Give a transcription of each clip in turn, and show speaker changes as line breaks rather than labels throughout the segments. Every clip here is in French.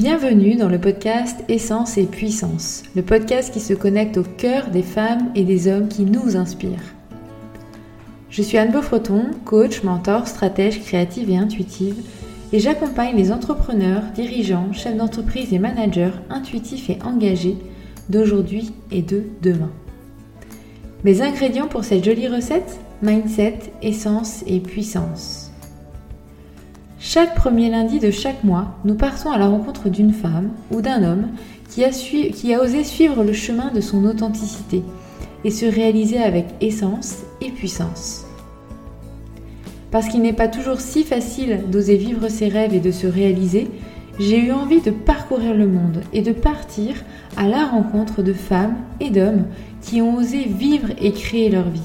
Bienvenue dans le podcast Essence et Puissance, le podcast qui se connecte au cœur des femmes et des hommes qui nous inspirent. Je suis Anne Beaufreton, coach, mentor, stratège créative et intuitive, et j'accompagne les entrepreneurs, dirigeants, chefs d'entreprise et managers intuitifs et engagés d'aujourd'hui et de demain. Mes ingrédients pour cette jolie recette, mindset, essence et puissance. Chaque premier lundi de chaque mois, nous partons à la rencontre d'une femme ou d'un homme qui a osé suivre le chemin de son authenticité et se réaliser avec essence et puissance. Parce qu'il n'est pas toujours si facile d'oser vivre ses rêves et de se réaliser, j'ai eu envie de parcourir le monde et de partir à la rencontre de femmes et d'hommes qui ont osé vivre et créer leur vie.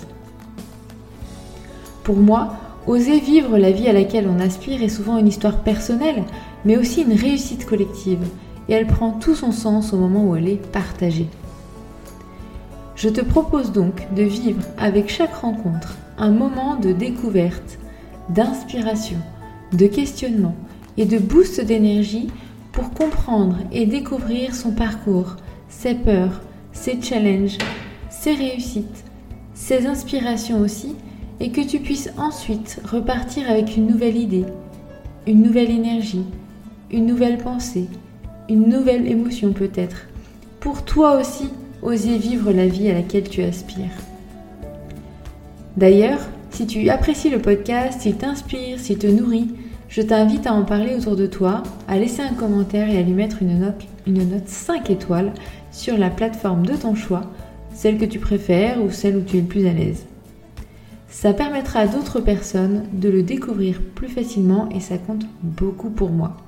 Pour moi, oser vivre la vie à laquelle on aspire est souvent une histoire personnelle, mais aussi une réussite collective, et elle prend tout son sens au moment où elle est partagée. Je te propose donc de vivre avec chaque rencontre un moment de découverte, d'inspiration, de questionnement et de boost d'énergie pour comprendre et découvrir son parcours, ses peurs, ses challenges, ses réussites, ses inspirations aussi, et que tu puisses ensuite repartir avec une nouvelle idée, une nouvelle énergie, une nouvelle pensée, une nouvelle émotion peut-être, pour toi aussi oser vivre la vie à laquelle tu aspires. D'ailleurs, si tu apprécies le podcast, s'il t'inspire, s'il te nourrit, je t'invite à en parler autour de toi, à laisser un commentaire et à lui mettre une note 5 étoiles sur la plateforme de ton choix, celle que tu préfères ou celle où tu es le plus à l'aise. Ça permettra à d'autres personnes de le découvrir plus facilement et ça compte beaucoup pour moi.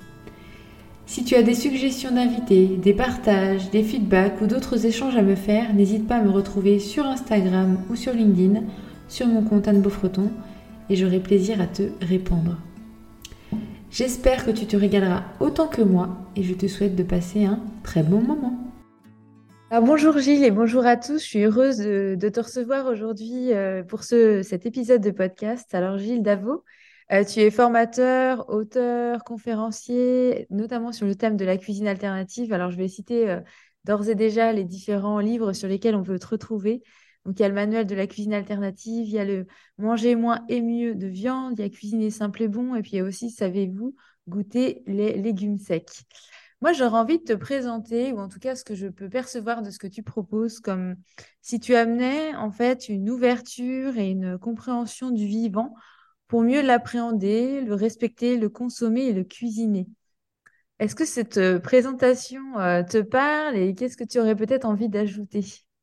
Si tu as des suggestions d'invités, des partages, des feedbacks ou d'autres échanges à me faire, n'hésite pas à me retrouver sur Instagram ou sur LinkedIn, sur mon compte Anne Beaufreton, et j'aurai plaisir à te répondre. J'espère que tu te régaleras autant que moi et je te souhaite de passer un très bon moment. Alors bonjour Gilles et bonjour à tous, je suis heureuse de te recevoir aujourd'hui pour cet épisode de podcast. Alors Gilles Davot, tu es formateur, auteur, conférencier, notamment sur le thème de la cuisine alternative. Alors je vais citer d'ores et déjà les différents livres sur lesquels on peut te retrouver. Donc il y a le manuel de la cuisine alternative, il y a le manger moins et mieux de viande, il y a cuisiner simple et bon, et puis il y a aussi, savez-vous, goûter les légumes secs. Moi, j'aurais envie de te présenter, ou en tout cas ce que je peux percevoir de ce que tu proposes, comme si tu amenais en fait une ouverture et une compréhension du vivant pour mieux l'appréhender, le respecter, le consommer et le cuisiner. Est-ce que cette présentation te parle et qu'est-ce que tu aurais peut-être envie d'ajouter?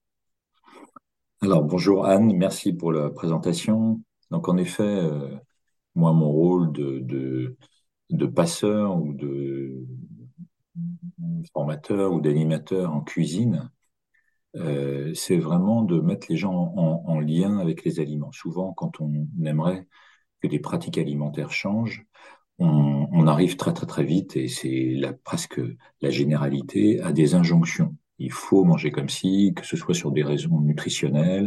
Alors, bonjour Anne, merci pour la présentation. Donc, en effet, moi, mon rôle de passeur ou de formateur ou d'animateur en cuisine, c'est vraiment de mettre les gens en lien avec les aliments. Souvent, quand on aimerait que les pratiques alimentaires changent, on arrive très, très, très vite, et c'est presque la généralité, à des injonctions. Il faut manger comme ci, que ce soit sur des raisons nutritionnelles,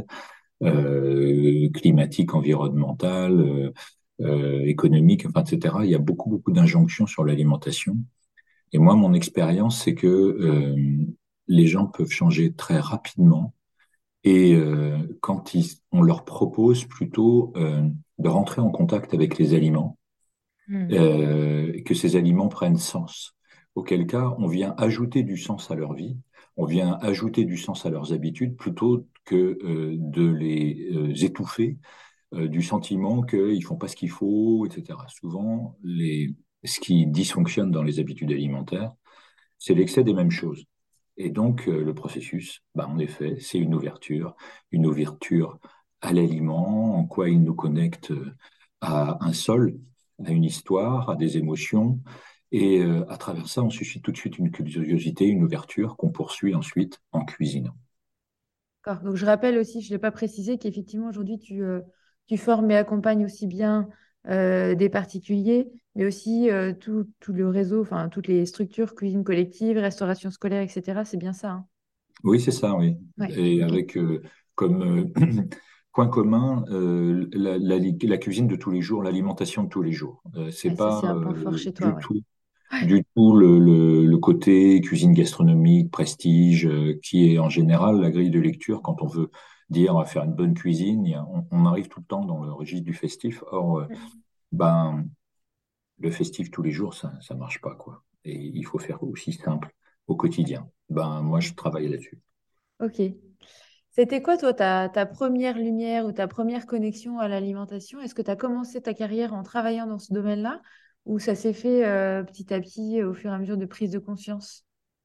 climatique, environnementale, économique, enfin, etc. Il y a beaucoup, beaucoup d'injonctions sur l'alimentation. Et moi, mon expérience, c'est que les gens peuvent changer très rapidement. Et quand on leur propose plutôt de rentrer en contact avec les aliments,
Hmm.
que ces aliments prennent sens. Auquel cas, on vient ajouter du sens à leur vie, on vient ajouter du sens à leurs habitudes plutôt que de les étouffer du sentiment qu'ils font pas ce qu'il faut, etc. Souvent, ce qui dysfonctionne dans les habitudes alimentaires, c'est l'excès des mêmes choses. Et donc, le processus, en effet, c'est une ouverture à l'aliment, en quoi il nous connecte à un sol, à une histoire, à des émotions. Et à travers ça, on suscite tout de suite une curiosité, une ouverture qu'on poursuit ensuite en cuisinant.
D'accord. Donc, je rappelle aussi, je ne l'ai pas précisé, qu'effectivement, aujourd'hui, tu formes et accompagnes aussi bien des particuliers, mais aussi tout le réseau, enfin, toutes les structures, cuisine collective, restauration scolaire, etc. C'est bien ça, hein?
Oui, c'est ça, oui.
Ouais,
Et
ok.
avec comme point commun la cuisine de tous les jours, l'alimentation de tous les jours. C'est
Ouais, ça,
pas
c'est un point fort chez toi,
du
ouais.
tout.
Ouais.
du tout le côté cuisine gastronomique, prestige, qui est en général la grille de lecture quand on veut dire on va faire une bonne cuisine. On arrive tout le temps dans le registre du festif. Or, ben, le festif tous les jours, ça marche pas, quoi. Et il faut faire aussi simple au quotidien. Ben, moi, je travaille là-dessus.
Ok. C'était quoi, toi, ta première lumière ou ta première connexion à l'alimentation? Est-ce que tu as commencé ta carrière en travaillant dans ce domaine-là ou ça s'est fait petit à petit au fur et à mesure de prise de conscience?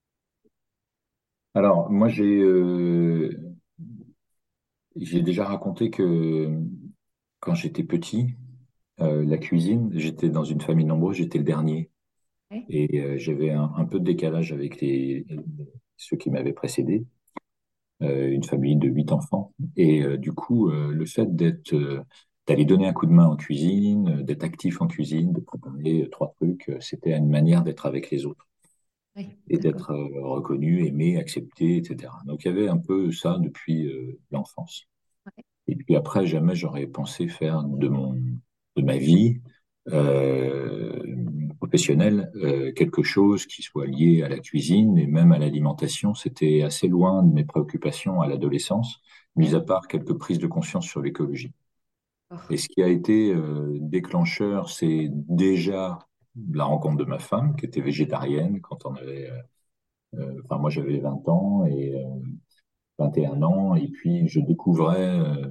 Alors, moi, j'ai déjà raconté que quand j'étais petit, la cuisine, j'étais dans une famille nombreuse, j'étais le dernier.
Ouais.
Et j'avais un peu de décalage avec ceux qui m'avaient précédé, une famille de 8 enfants. Et du coup, le fait d'aller donner un coup de main en cuisine, d'être actif en cuisine, de préparer trois trucs, c'était une manière d'être avec les autres
Oui,
et
d'accord.
d'être reconnu, aimé, accepté, etc. Donc il y avait un peu ça depuis l'enfance.
Ouais.
Et puis après, jamais j'aurais pensé faire de ma vie euh, professionnelle quelque chose qui soit lié à la cuisine et même à l'alimentation. C'était assez loin de mes préoccupations à l'adolescence, mis
Ouais.
à part quelques prises de conscience sur l'écologie.
D'accord.
Et ce qui a été déclencheur, c'est déjà la rencontre de ma femme, qui était végétarienne quand on avait, enfin moi j'avais 20 ans et 21 ans, et puis je découvrais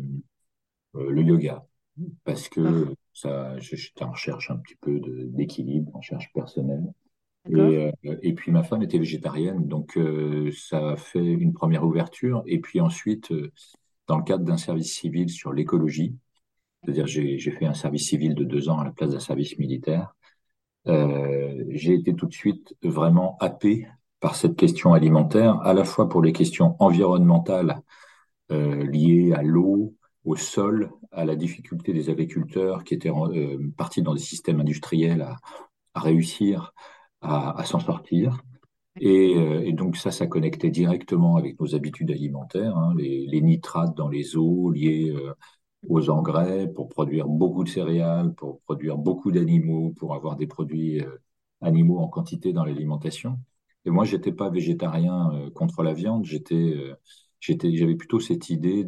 le yoga parce
D'accord.
que j'étais en recherche un petit peu d'équilibre, en recherche personnelle.
D'accord.
Et puis ma femme était végétarienne, donc ça a fait une première ouverture. Et puis ensuite, dans le cadre d'un service civil sur l'écologie, c'est-à-dire j'ai fait un service civil de 2 ans à la place d'un service militaire, j'ai été tout de suite vraiment happé par cette question alimentaire, à la fois pour les questions environnementales liées à l'eau, au sol, à la difficulté des agriculteurs qui étaient partis dans des systèmes industriels à réussir à s'en sortir. Et donc ça connectait directement avec nos habitudes alimentaires, hein, les nitrates dans les eaux liés aux engrais pour produire beaucoup de céréales, pour produire beaucoup d'animaux, pour avoir des produits animaux en quantité dans l'alimentation. Et moi, j'étais pas végétarien contre la viande, j'avais plutôt cette idée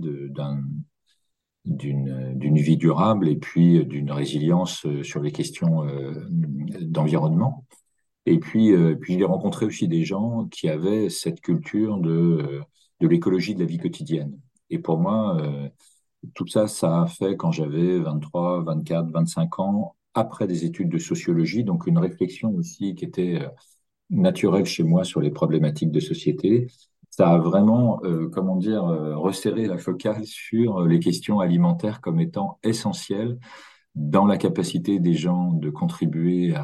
d'une vie durable et puis d'une résilience sur les questions d'environnement. Et puis, j'ai rencontré aussi des gens qui avaient cette culture de l'écologie de la vie quotidienne. Et pour moi, tout ça, ça a fait quand j'avais 23, 24, 25 ans, après des études de sociologie, donc une réflexion aussi qui était naturelle chez moi sur les problématiques de société. Ça a vraiment, comment dire, resserré la focale sur les questions alimentaires comme étant essentielles dans la capacité des gens de contribuer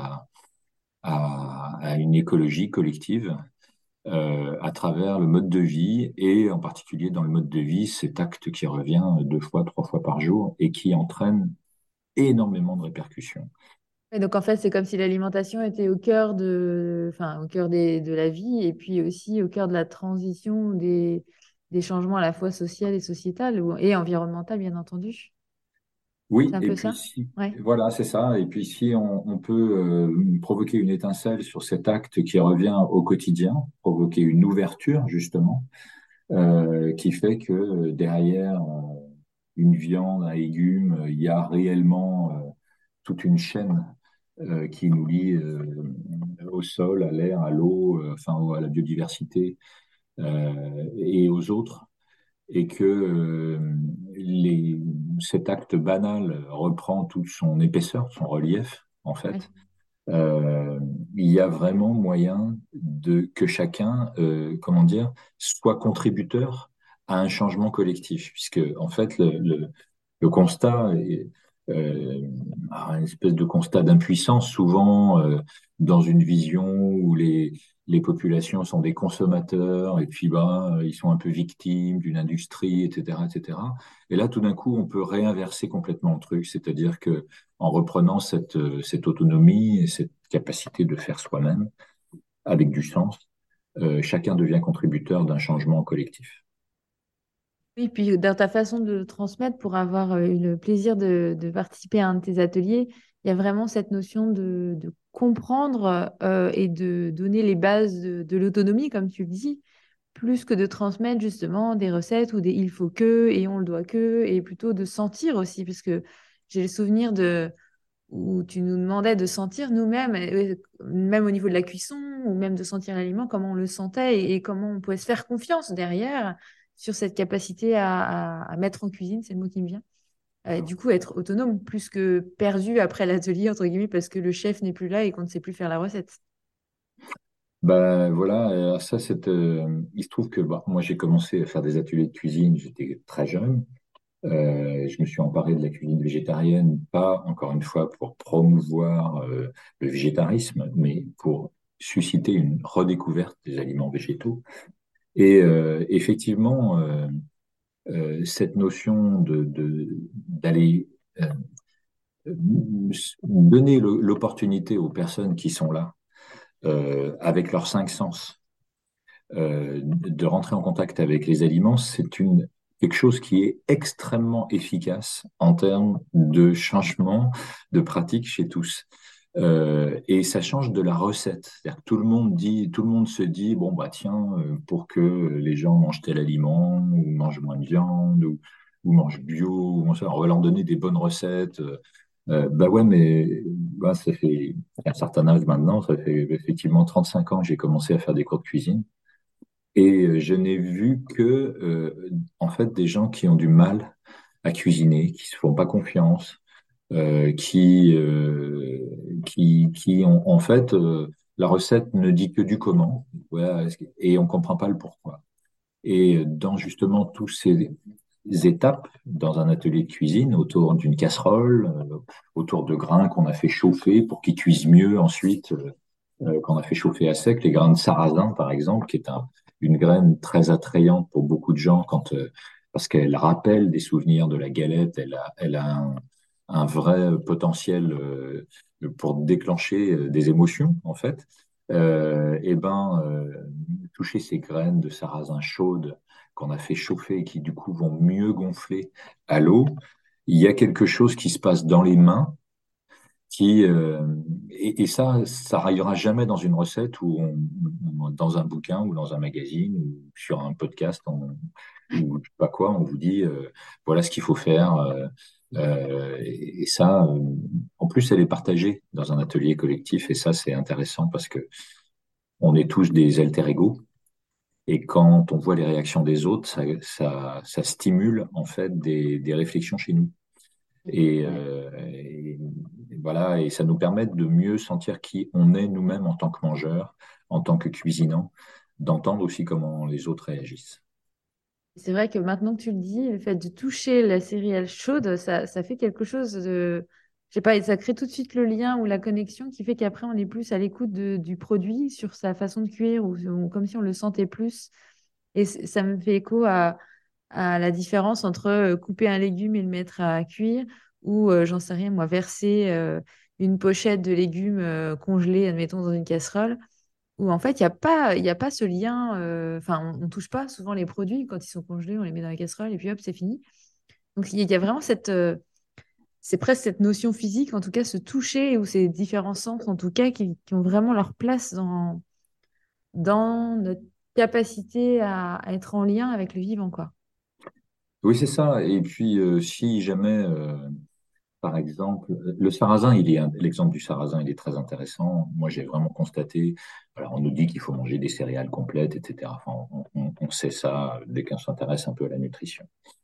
à une écologie collective à travers le mode de vie et en particulier dans le mode de vie, cet acte qui revient 2 fois, 3 fois par jour et qui entraîne énormément de répercussions.
Et donc en fait, c'est comme si l'alimentation était au cœur enfin, au cœur de la vie et puis aussi au cœur de la transition des changements à la fois social et sociétal et environnemental, bien entendu. C'est
Oui,
un
et
peu
puis
ça?
si,
Ouais.
voilà, c'est ça. Et puis si on peut provoquer une étincelle sur cet acte qui revient au quotidien, provoquer une ouverture justement, qui fait que derrière une viande, un légume, il y a réellement toute une chaîne qui nous lie au sol, à l'air, à l'eau, enfin à la biodiversité et aux autres, et que cet acte banal reprend toute son épaisseur, son relief, en
Ouais.
fait. Euh, il y a vraiment moyen que chacun, comment dire, soit contributeur à un changement collectif, puisque en fait le constat est une espèce de constat d'impuissance, souvent dans une vision où les populations sont des consommateurs et puis ben, ils sont un peu victimes d'une industrie, etc., etc. Et là, tout d'un coup, on peut réinverser complètement le truc, c'est-à-dire que en reprenant cette autonomie et cette capacité de faire soi-même avec du sens, chacun devient contributeur d'un changement collectif.
Oui, puis dans ta façon de transmettre, pour avoir eu le plaisir de participer à un de tes ateliers, il y a vraiment cette notion de comprendre et de donner les bases de l'autonomie, comme tu le dis, plus que de transmettre justement des recettes ou des il faut que et on le doit que, et plutôt de sentir aussi, parce que j'ai le souvenir de où tu nous demandais de sentir nous-mêmes, même au niveau de la cuisson, ou même de sentir l'aliment, comment on le sentait et comment on pouvait se faire confiance derrière sur cette capacité à mettre en cuisine, c'est le mot qui me vient. Du coup, être autonome plus que perdu après l'atelier, entre guillemets, parce que le chef n'est plus là et qu'on ne sait plus faire la recette.
Ben voilà, il se trouve que moi j'ai commencé à faire des ateliers de cuisine, j'étais très jeune. Je me suis emparé de la cuisine végétarienne, pas encore une fois pour promouvoir le végétarisme, mais pour susciter une redécouverte des aliments végétaux. Et effectivement, cette notion d'aller euh, donner l'opportunité aux personnes qui sont là, avec leurs cinq sens, de rentrer en contact avec les aliments, quelque chose qui est extrêmement efficace en termes de changement de pratique chez tous. Et ça change de la recette. C'est-à-dire que tout le monde se dit, bon, bah, tiens, pour que les gens mangent tel aliment, ou mangent moins de viande, ou mangent bio, on va leur donner des bonnes recettes. Bah ouais, mais bah, ça fait un certain âge maintenant, ça fait effectivement 35 ans que j'ai commencé à faire des cours de cuisine. Et je n'ai vu que, en fait, des gens qui ont du mal à cuisiner, qui se font pas confiance, qui ont, en fait, la recette ne dit que du comment, voilà, et on comprend pas le pourquoi. Et dans justement tous ces étapes dans un atelier de cuisine, autour d'une casserole, autour de grains qu'on a fait chauffer pour qu'ils cuisent mieux ensuite, qu'on a fait chauffer à sec, les grains de sarrasin, par exemple, qui est une graine très attrayante pour beaucoup de gens parce qu'elle rappelle des souvenirs de la galette, elle a un vrai potentiel pour déclencher des émotions, en fait. Et ben, toucher ces graines de sarrasin chaudes qu'on a fait chauffer et qui, du coup, vont mieux gonfler à l'eau, il y a quelque chose qui se passe dans les mains qui et ça raillera jamais dans une recette dans un bouquin ou dans un magazine ou sur un podcast ou je sais pas quoi, on vous dit voilà ce qu'il faut faire. Et ça, en plus, elle est partagée dans un atelier collectif et ça, c'est intéressant parce que on est tous des alter-ego. Et quand on voit les réactions des autres, ça stimule en fait des réflexions chez nous.
Ouais.
Et voilà, et ça nous permet de mieux sentir qui on est nous-mêmes en tant que mangeurs, en tant que cuisinants, d'entendre aussi comment les autres réagissent.
C'est vrai que maintenant que tu le dis, le fait de toucher la céréale chaude, ça fait quelque chose de... Je sais pas, ça crée tout de suite le lien ou la connexion qui fait qu'après, on est plus à l'écoute du produit sur sa façon de cuire ou comme si on le sentait plus. Et ça me fait écho à la différence entre couper un légume et le mettre à cuire ou, j'en sais rien, moi, verser une pochette de légumes congelés, admettons, dans une casserole où en fait, il y a pas ce lien. Enfin, on ne touche pas souvent les produits. Quand ils sont congelés, on les met dans la casserole et puis hop, c'est fini. Donc, il y a vraiment c'est presque cette notion physique, en tout cas, se toucher ou ces différents sens, en tout cas, qui ont vraiment leur place dans notre capacité à être en lien avec le vivant, quoi.
Oui, c'est ça. Et puis, si jamais, par exemple, le sarrasin, l'exemple du sarrasin, il est très intéressant. Moi, j'ai vraiment constaté, alors on nous dit qu'il faut manger des céréales complètes, etc. Enfin, on sait ça dès qu'on s'intéresse un peu à la nutrition.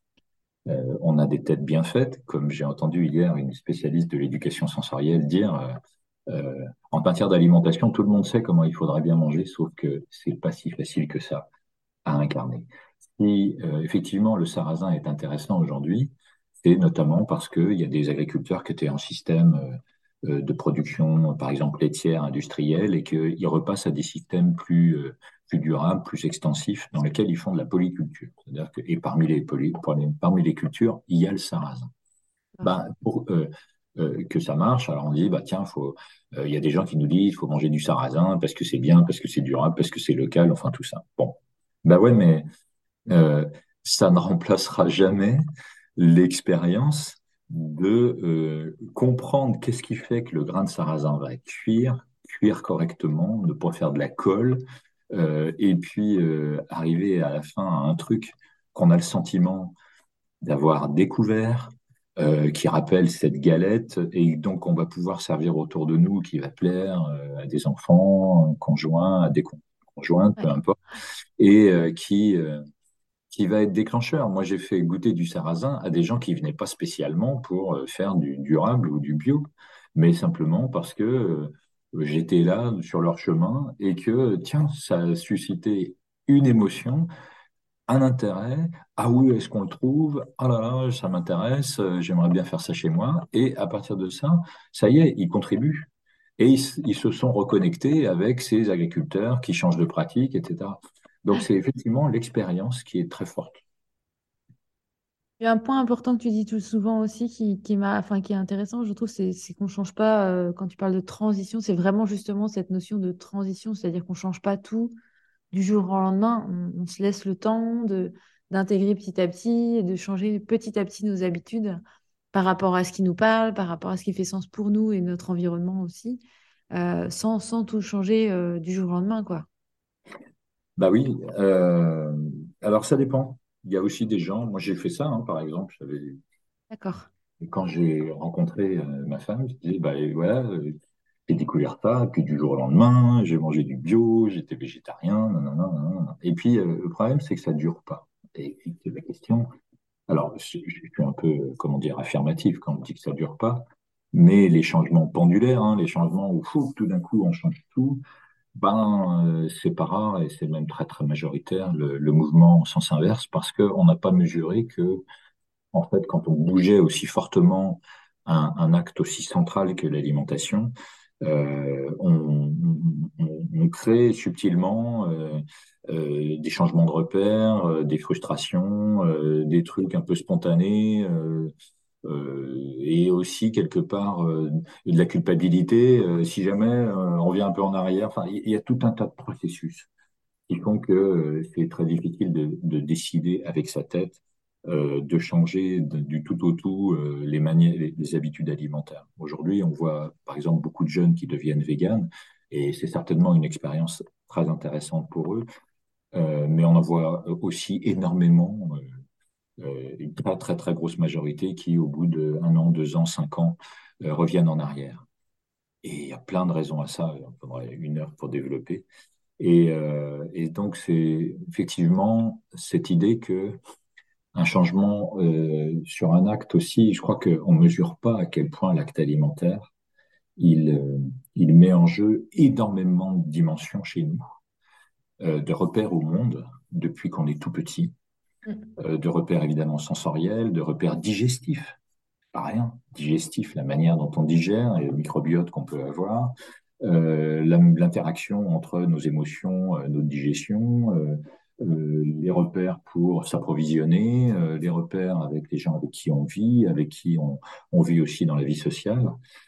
On a des têtes bien faites, comme j'ai entendu hier une spécialiste de l'éducation sensorielle dire, en matière d'alimentation, tout le monde sait comment il faudrait bien manger, sauf que c'est pas si facile que ça à incarner. Si effectivement le sarrasin est intéressant aujourd'hui, c'est notamment parce qu'il y a des agriculteurs qui étaient en système de production, par exemple laitière, industrielle, et qu'ils repassent à des systèmes plus durables, plus extensifs, dans lesquels ils font de la polyculture. C'est-à-dire que, et parmi les cultures, il y a le sarrasin. Ben, pour que ça marche, alors on dit, bah, tiens, il y a des gens qui nous disent, il faut manger du sarrasin parce que c'est bien, parce que c'est durable, parce que c'est local, enfin tout ça. Bon, bah ouais, mais euh, ça ne remplacera jamais l'expérience de comprendre qu'est-ce qui fait que le grain de sarrasin va cuire correctement, ne pas faire de la colle, et puis arriver à la fin à un truc qu'on a le sentiment d'avoir découvert, qui rappelle cette galette, et donc on va pouvoir servir autour de nous, qui va plaire à des enfants, conjoints, à des conjointes, peu
Ouais.
importe, et qui va être déclencheur. Moi, j'ai fait goûter du sarrasin à des gens qui venaient pas spécialement pour faire du durable ou du bio, mais simplement parce que j'étais là sur leur chemin et que, tiens, ça a suscité une émotion, un intérêt. Ah oui, est-ce qu'on le trouve? Ah là là, ça m'intéresse, j'aimerais bien faire ça chez moi. Et à partir de ça y est, ils contribuent. Et ils se sont reconnectés avec ces agriculteurs qui changent de pratique, etc. Donc c'est effectivement l'expérience qui est très forte.
Il y a un point important que tu dis tout souvent aussi qui est intéressant, je trouve, c'est qu'on ne change pas, quand tu parles de transition, c'est vraiment justement cette notion de transition, c'est-à-dire qu'on ne change pas tout du jour au lendemain, on se laisse le temps d'intégrer petit à petit et de changer petit à petit nos habitudes par rapport à ce qui nous parle, par rapport à ce qui fait sens pour nous et notre environnement aussi, sans tout changer du jour au lendemain, quoi.
Bah oui, alors ça dépend. Il y a aussi des gens, moi j'ai fait ça, hein, par exemple,
D'accord.
quand j'ai rencontré ma femme, je disais, bah et voilà, j'ai découvert ça, puis du jour au lendemain, j'ai mangé du bio, j'étais végétarien, nanana, nanana. Et puis le problème, c'est que ça dure pas. Et puis, c'est la question. Alors, je suis un peu, comment dire, affirmatif quand on dit que ça dure pas, mais les changements pendulaires, hein, les changements où fou, tout d'un coup on change tout, c'est pas rare et c'est même très très majoritaire le mouvement en sens inverse parce qu'on n'a pas mesuré que, en fait, quand on bougeait aussi fortement un acte aussi central que l'alimentation, on crée subtilement des changements de repères, des frustrations, des trucs un peu spontanés. Et aussi quelque part de la culpabilité si jamais on revient un peu en arrière. Enfin, il y a tout un tas de processus qui font que c'est très difficile de décider avec sa tête de changer du tout au tout les manières, les habitudes alimentaires. Aujourd'hui, on voit par exemple beaucoup de jeunes qui deviennent véganes et c'est certainement une expérience très intéressante pour eux, mais on en voit aussi énormément. Une très très très grosse majorité qui, au bout d'un an, 2 ans, 5 ans, reviennent en arrière. Et il y a plein de raisons à ça. On prendrait 1 heure pour développer. Et donc c'est effectivement cette idée que un changement sur un acte aussi, je crois qu'on ne mesure pas à quel point l'acte alimentaire il met en jeu énormément de dimensions chez nous, de repères au monde depuis qu'on est tout petit,
Mm.
de repères évidemment sensoriels, de repères digestifs. Pas rien. Digestif, la manière dont on digère et le microbiote qu'on peut avoir, l'interaction entre nos émotions, notre digestion, les repères pour s'approvisionner, les repères avec les gens avec qui on vit, avec qui on vit aussi dans la vie sociale.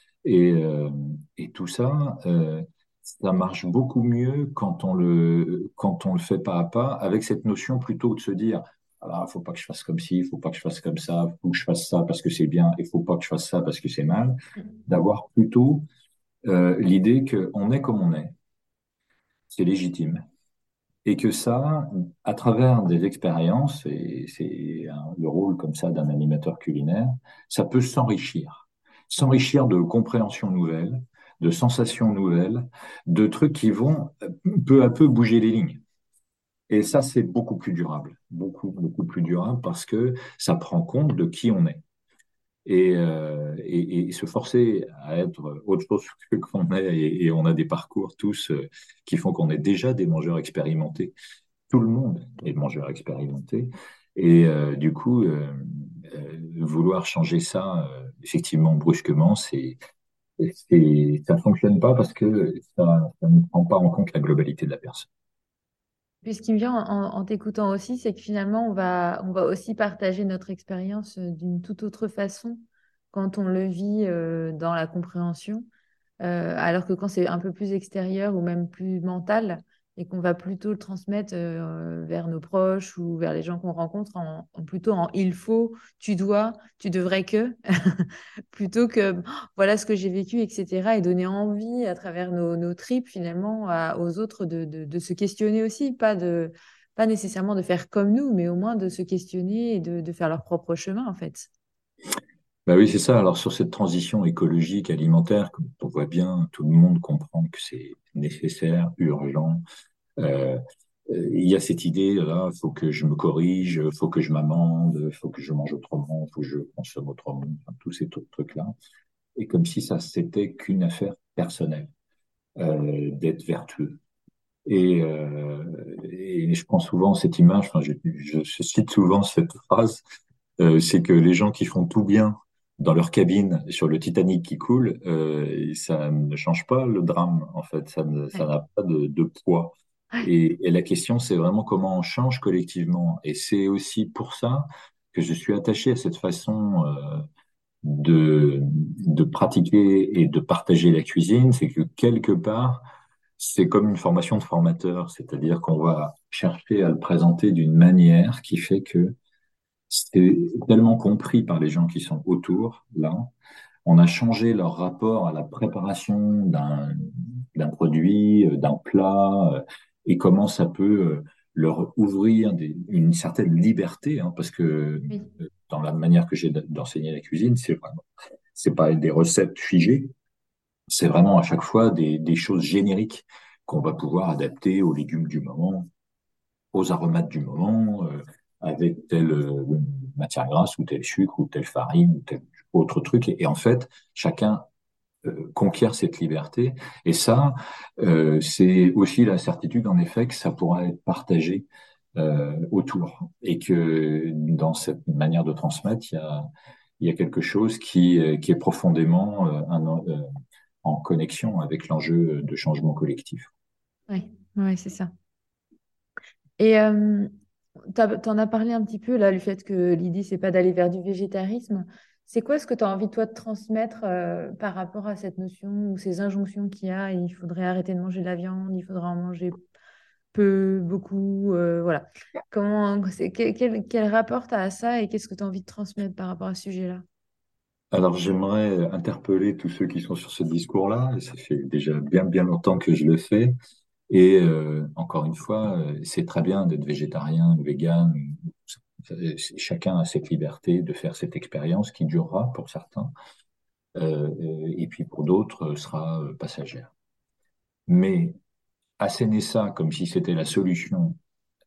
Et tout ça, ça marche beaucoup mieux quand on le fait pas à pas, avec cette notion plutôt de se dire, il faut pas que je fasse comme ci, il faut pas que je fasse comme ça, il faut que je fasse ça parce que c'est bien, il faut pas que je fasse ça parce que c'est mal, d'avoir plutôt l'idée qu'on est comme on est, c'est légitime. Et que ça, à travers des expériences, et c'est le rôle comme ça d'un animateur culinaire, ça peut s'enrichir. S'enrichir de compréhensions nouvelles, de sensations nouvelles, de trucs qui vont peu à peu bouger les lignes. Et ça, c'est beaucoup plus durable, beaucoup, beaucoup plus durable parce que ça prend compte de qui on est. Et se forcer à être autre chose que qu'on est, et on a des parcours tous qui font qu'on est déjà des mangeurs expérimentés. Tout le monde est mangeur expérimenté. Et du coup, vouloir changer ça, effectivement, brusquement, ça ne fonctionne pas parce que ça ne prend pas en compte la globalité de la personne.
Puis ce qui me vient en t'écoutant aussi, c'est que finalement, on va aussi partager notre expérience d'une toute autre façon quand on le vit dans la compréhension, alors que quand c'est un peu plus extérieur ou même plus mental, et qu'on va plutôt le transmettre vers nos proches ou vers les gens qu'on rencontre plutôt en il faut, tu dois, tu devrais que, plutôt que voilà ce que j'ai vécu, etc. Et donner envie à travers nos tripes finalement aux autres de se questionner aussi, pas nécessairement de faire comme nous, mais au moins de se questionner et de faire leur propre chemin en fait.
Bah oui, c'est ça. Alors sur cette transition écologique, alimentaire, comme on voit bien, tout le monde comprend que c'est nécessaire, urgent. Euh, il y a cette idée, là, faut que je me corrige, faut que je m'amende, faut que je mange autrement, faut que je consomme autrement, enfin, tous ces trucs-là. Et comme si ça, c'était qu'une affaire personnelle, d'être vertueux. Et je prends souvent cette image, enfin, je cite souvent cette phrase, c'est que les gens qui font tout bien dans leur cabine sur le Titanic qui coule, ça ne change pas le drame, en fait, ça
Ouais.
n'a pas de poids. Et la question, c'est vraiment comment on change collectivement. Et c'est aussi pour ça que je suis attaché à cette façon de pratiquer et de partager la cuisine, c'est que quelque part, c'est comme une formation de formateur, c'est-à-dire qu'on va chercher à le présenter d'une manière qui fait que c'est tellement compris par les gens qui sont autour, là. On a changé leur rapport à la préparation d'un produit, d'un plat, et comment ça peut leur ouvrir une certaine liberté, hein, parce que
Oui.
dans la manière que j'ai d'enseigner la cuisine, c'est pas des recettes figées, c'est vraiment à chaque fois des choses génériques qu'on va pouvoir adapter aux légumes du moment, aux aromates du moment, avec telle matière grasse ou tel sucre ou telle farine ou tel autre truc. Et en fait, chacun conquiert cette liberté. Et ça, c'est aussi la certitude, en effet, que ça pourra être partagé autour. Et que dans cette manière de transmettre, il y a quelque chose qui est profondément en connexion avec l'enjeu de changement collectif.
Ouais, ouais, c'est ça. Et t'en as parlé un petit peu là, le fait que l'idée, c'est pas d'aller vers du végétarisme. C'est quoi ce que tu as envie, toi, de transmettre par rapport à cette notion ou ces injonctions qu'il y a? Il faudrait arrêter de manger de la viande, il faudra en manger peu, beaucoup, voilà. Quel rapport tu as à ça et qu'est-ce que tu as envie de transmettre par rapport à ce sujet-là?
Alors, j'aimerais interpeller tous ceux qui sont sur ce discours-là. Et ça fait déjà bien, bien longtemps que je le fais. Et encore une fois, c'est très bien d'être végétarien, vegan. Chacun a cette liberté de faire cette expérience qui durera pour certains, et puis pour d'autres sera passagère. Mais asséner ça comme si c'était la solution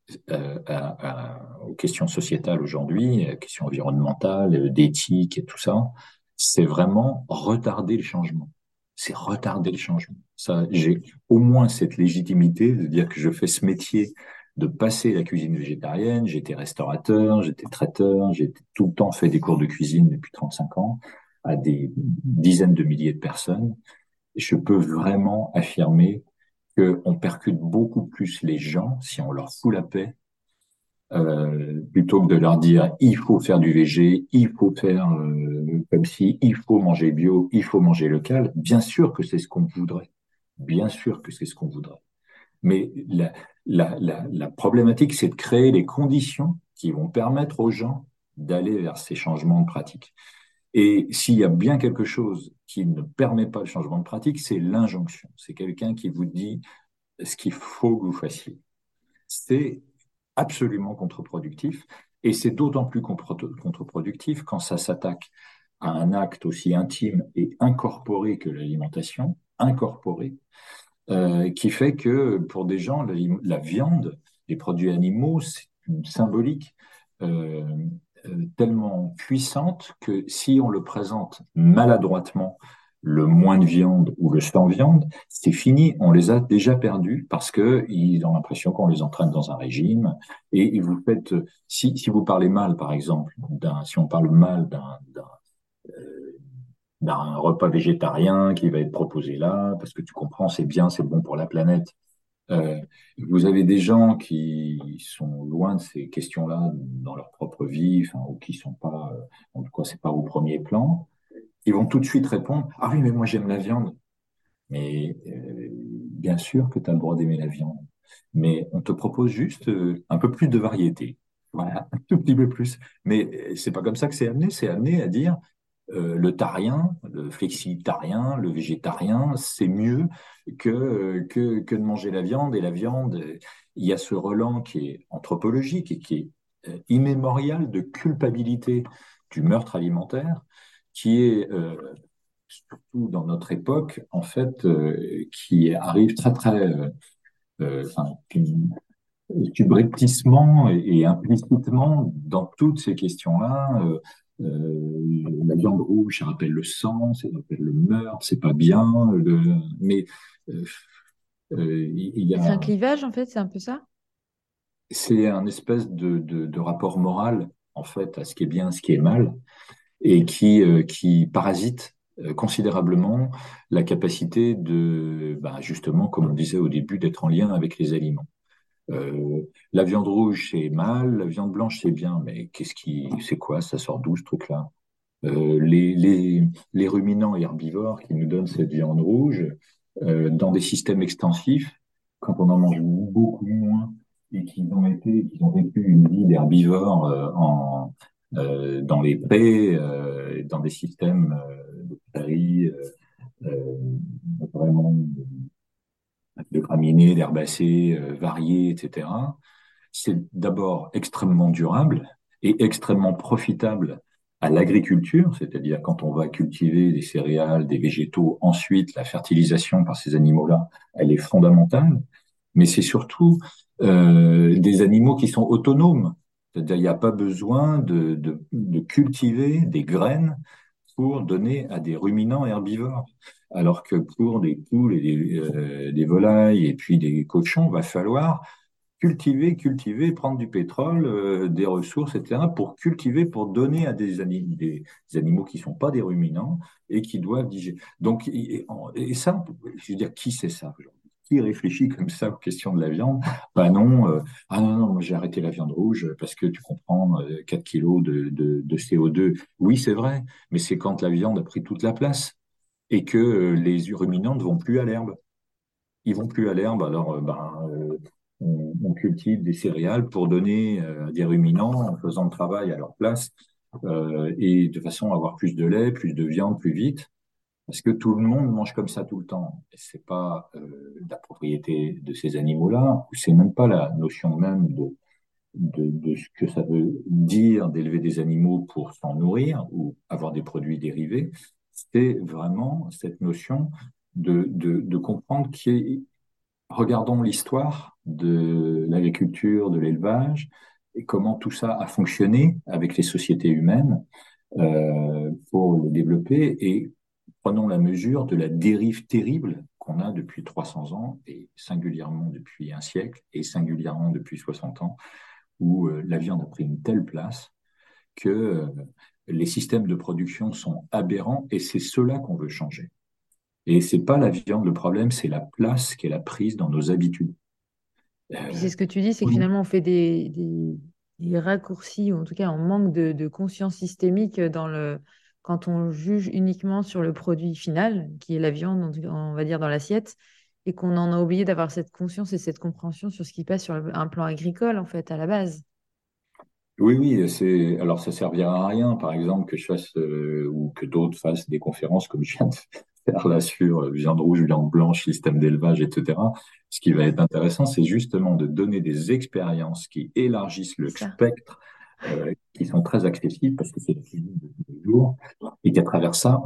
aux questions sociétales aujourd'hui, aux questions environnementales, d'éthique et tout ça, c'est vraiment retarder le changement. C'est retarder le changement. Ça, j'ai au moins cette légitimité de dire que je fais ce métier de passer la cuisine végétarienne. J'étais restaurateur, j'étais traiteur, j'ai tout le temps fait des cours de cuisine depuis 35 ans à des dizaines de milliers de personnes. Et je peux vraiment affirmer qu'on percute beaucoup plus les gens si on leur fout la paix, plutôt que de leur dire il faut faire du végé, il faut faire comme si, il faut manger bio, il faut manger local. Bien sûr que c'est ce qu'on voudrait. Bien sûr que c'est ce qu'on voudrait. Mais la problématique, c'est de créer les conditions qui vont permettre aux gens d'aller vers ces changements de pratique. Et s'il y a bien quelque chose qui ne permet pas le changement de pratique, c'est l'injonction. C'est quelqu'un qui vous dit ce qu'il faut que vous fassiez. C'est absolument contre-productif. Et c'est d'autant plus contre-productif quand ça s'attaque à un acte aussi intime et incorporé que l'alimentation, incorporé, qui fait que pour des gens, la viande, les produits animaux, c'est une symbolique euh, tellement puissante que si on le présente maladroitement, le moins de viande ou le sans viande, c'est fini, on les a déjà perdus parce que ils ont l'impression qu'on les entraîne dans un régime. Et vous faites, si vous parlez mal, par exemple, si on parle mal d'un repas végétarien qui va être proposé là, parce que tu comprends, c'est bien, c'est bon pour la planète. Euh, Vous avez des gens qui sont loin de ces questions-là dans leur propre vie, enfin, ou qui sont pas, en tout cas, c'est pas au premier plan. Ils vont tout de suite répondre, ah oui, mais moi j'aime la viande. Mais bien sûr que tu as le droit d'aimer la viande. Mais on te propose juste un peu plus de variété. Voilà, un tout petit peu plus. Mais c'est pas comme ça que c'est amené à dire le tarien, le flexitarien, le végétarien, c'est mieux que de manger la viande. Et la viande, il y a ce relent qui est anthropologique et qui est immémorial de culpabilité du meurtre alimentaire, qui est surtout dans notre époque, en fait, qui arrive très, très, enfin, subrepticement et implicitement dans toutes ces questions-là. La viande rouge, ça rappelle le sang, ça rappelle le meurtre, c'est pas bien. Mais euh, il y
C'est un
a,
clivage, en fait, c'est un peu ça?
c'est un espèce de rapport moral en fait à ce qui est bien, ce qui est mal, et qui parasite considérablement la capacité justement, comme on disait au début, d'être en lien avec les aliments. La viande rouge, c'est mal, la viande blanche, c'est bien, mais c'est quoi? Ça sort d'où ce truc-là? Les ruminants herbivores qui nous donnent cette viande rouge, dans des systèmes extensifs, quand on en mange beaucoup moins et qu'ils ont vécu une vie d'herbivore dans les prés, dans des systèmes de prairies, euh, vraiment de graminées, d'herbacées variées, etc. C'est d'abord extrêmement durable et extrêmement profitable à l'agriculture, c'est-à-dire quand on va cultiver des céréales, des végétaux, ensuite la fertilisation par ces animaux-là, elle est fondamentale, mais c'est surtout des animaux qui sont autonomes, c'est-à-dire il n'y a pas besoin de cultiver des graines pour donner à des ruminants herbivores. Alors que pour des poules et des volailles et puis des cochons, il va falloir cultiver, prendre du pétrole, des ressources, etc., pour cultiver, pour donner à des animaux qui ne sont pas des ruminants et qui doivent digérer. Donc, et ça, je veux dire, qui sait ça aujourd'hui? Qui réfléchit comme ça aux questions de la viande? Ben non, ah non, non, moi j'ai arrêté la viande rouge parce que tu comprends, 4 kilos de CO2. Oui, c'est vrai, mais c'est quand la viande a pris toute la place et que les ruminants ne vont plus à l'herbe. Ils vont plus à l'herbe, alors on cultive des céréales pour donner à des ruminants en faisant le travail à leur place et de façon à avoir plus de lait, plus de viande plus vite, parce que tout le monde mange comme ça tout le temps. Et c'est pas la propriété de ces animaux-là, c'est même pas la notion même de ce que ça veut dire d'élever des animaux pour s'en nourrir ou avoir des produits dérivés. C'est vraiment cette notion de comprendre regardons l'histoire de l'agriculture, de l'élevage, et comment tout ça a fonctionné avec les sociétés humaines pour le développer, et prenons la mesure de la dérive terrible qu'on a depuis 300 ans, et singulièrement depuis un siècle, et singulièrement depuis 60 ans, où la viande a pris une telle place que les systèmes de production sont aberrants, et c'est cela qu'on veut changer. Et c'est pas la viande le problème, c'est la place qu'elle a prise dans nos habitudes.
Puis
Euh,
c'est ce que tu dis, c'est que finalement, on fait des raccourcis, ou en tout cas, on manque de conscience systémique quand on juge uniquement sur le produit final, qui est la viande, on va dire, dans l'assiette, et qu'on en a oublié d'avoir cette conscience et cette compréhension sur ce qui passe sur un plan agricole, en fait, à la base.
oui, oui, alors ça servira à rien, par exemple, que je fasse ou que d'autres fassent des conférences comme je viens de faire là sur viande rouge, viande blanche, système d'élevage, etc. Ce qui va être intéressant, c'est justement de donner des expériences qui élargissent le
C'est ça.
spectre, qui sont très accessibles parce que c'est la cuisine de tous les jours, et qu'à travers ça,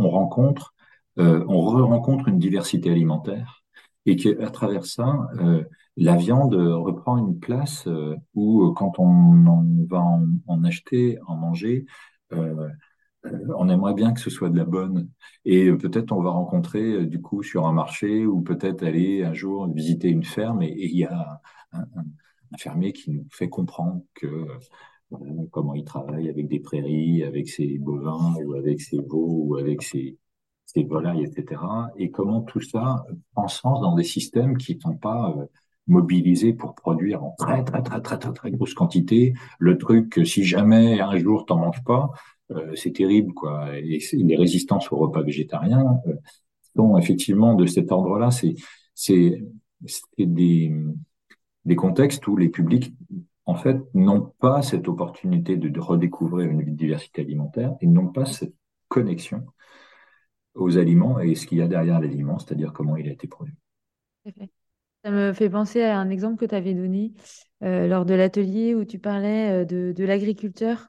on re-rencontre une diversité alimentaire, et qu'à travers ça, la viande reprend une place où, quand va en acheter, en manger, euh, on aimerait bien que ce soit de la bonne. Et peut-être on va rencontrer du coup sur un marché, ou peut-être aller un jour visiter une ferme, et il y a un fermier qui nous fait comprendre que voilà, comment il travaille avec des prairies, avec ses bovins, ou avec ses veaux, ou avec ses volailles, etc. Et comment tout ça prend sens dans des systèmes qui ne sont pas mobilisés pour produire en très, très, très, très, très, très grosse quantité. Le truc que si jamais un jour t'en manges pas, c'est terrible, quoi. Et les résistances au repas végétarien sont effectivement de cet ordre-là. C'est des, des contextes où les publics, en fait, n'ont pas cette opportunité de redécouvrir une diversité alimentaire et n'ont pas cette connexion aux aliments et ce qu'il y a derrière l'aliment, c'est-à-dire comment il a été produit.
Tout à fait. Ça me fait penser à un exemple que tu avais donné lors de l'atelier où tu parlais de l'agriculteur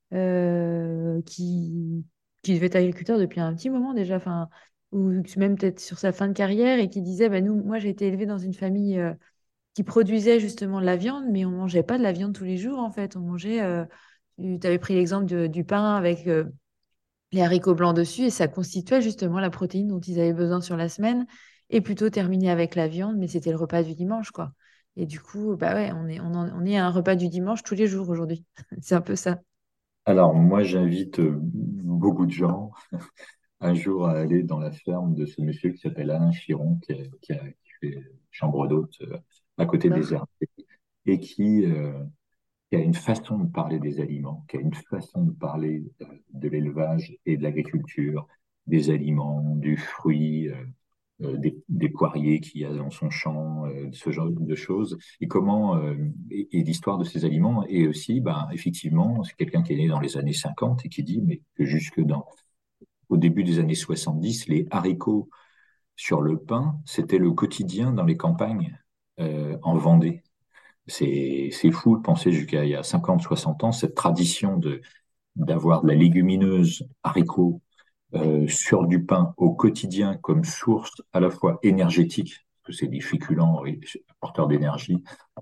qui devait être agriculteur depuis un petit moment déjà, enfin, ou même peut-être sur sa fin de carrière et qui disait, bah, moi j'ai été élevée dans une famille qui produisait justement de la viande, mais on mangeait pas de la viande tous les jours en fait. On mangeait, tu avais pris l'exemple du pain avec les haricots blancs dessus et ça constituait justement la protéine dont ils avaient besoin sur la semaine et plutôt terminé avec la viande, mais c'était le repas du dimanche quoi. Et du coup, bah ouais, on est à un repas du dimanche tous les jours aujourd'hui. C'est un peu ça.
Alors, moi, j'invite beaucoup de gens un jour à aller dans la ferme de ce monsieur qui s'appelle Alain Chiron, qui fait chambre d'hôte à côté des
D'accord.
herbes, et qui a une façon de parler des aliments, qui a une façon de parler de l'élevage et de l'agriculture, des aliments, du fruit, des poiriers qu'il y a dans son champ, ce genre de choses, et comment et l'histoire de ces aliments. Et aussi, ben, effectivement, c'est quelqu'un qui est né dans les années 50 et qui dit mais que au début des années 70, les haricots sur le pain, c'était le quotidien dans les campagnes en Vendée. C'est fou de penser jusqu'à il y a 50, 60 ans, cette tradition d'avoir de la légumineuse haricot
Ouais,
sur du pain au quotidien comme source à la fois énergétique, parce que c'est des féculents porteurs d'énergie,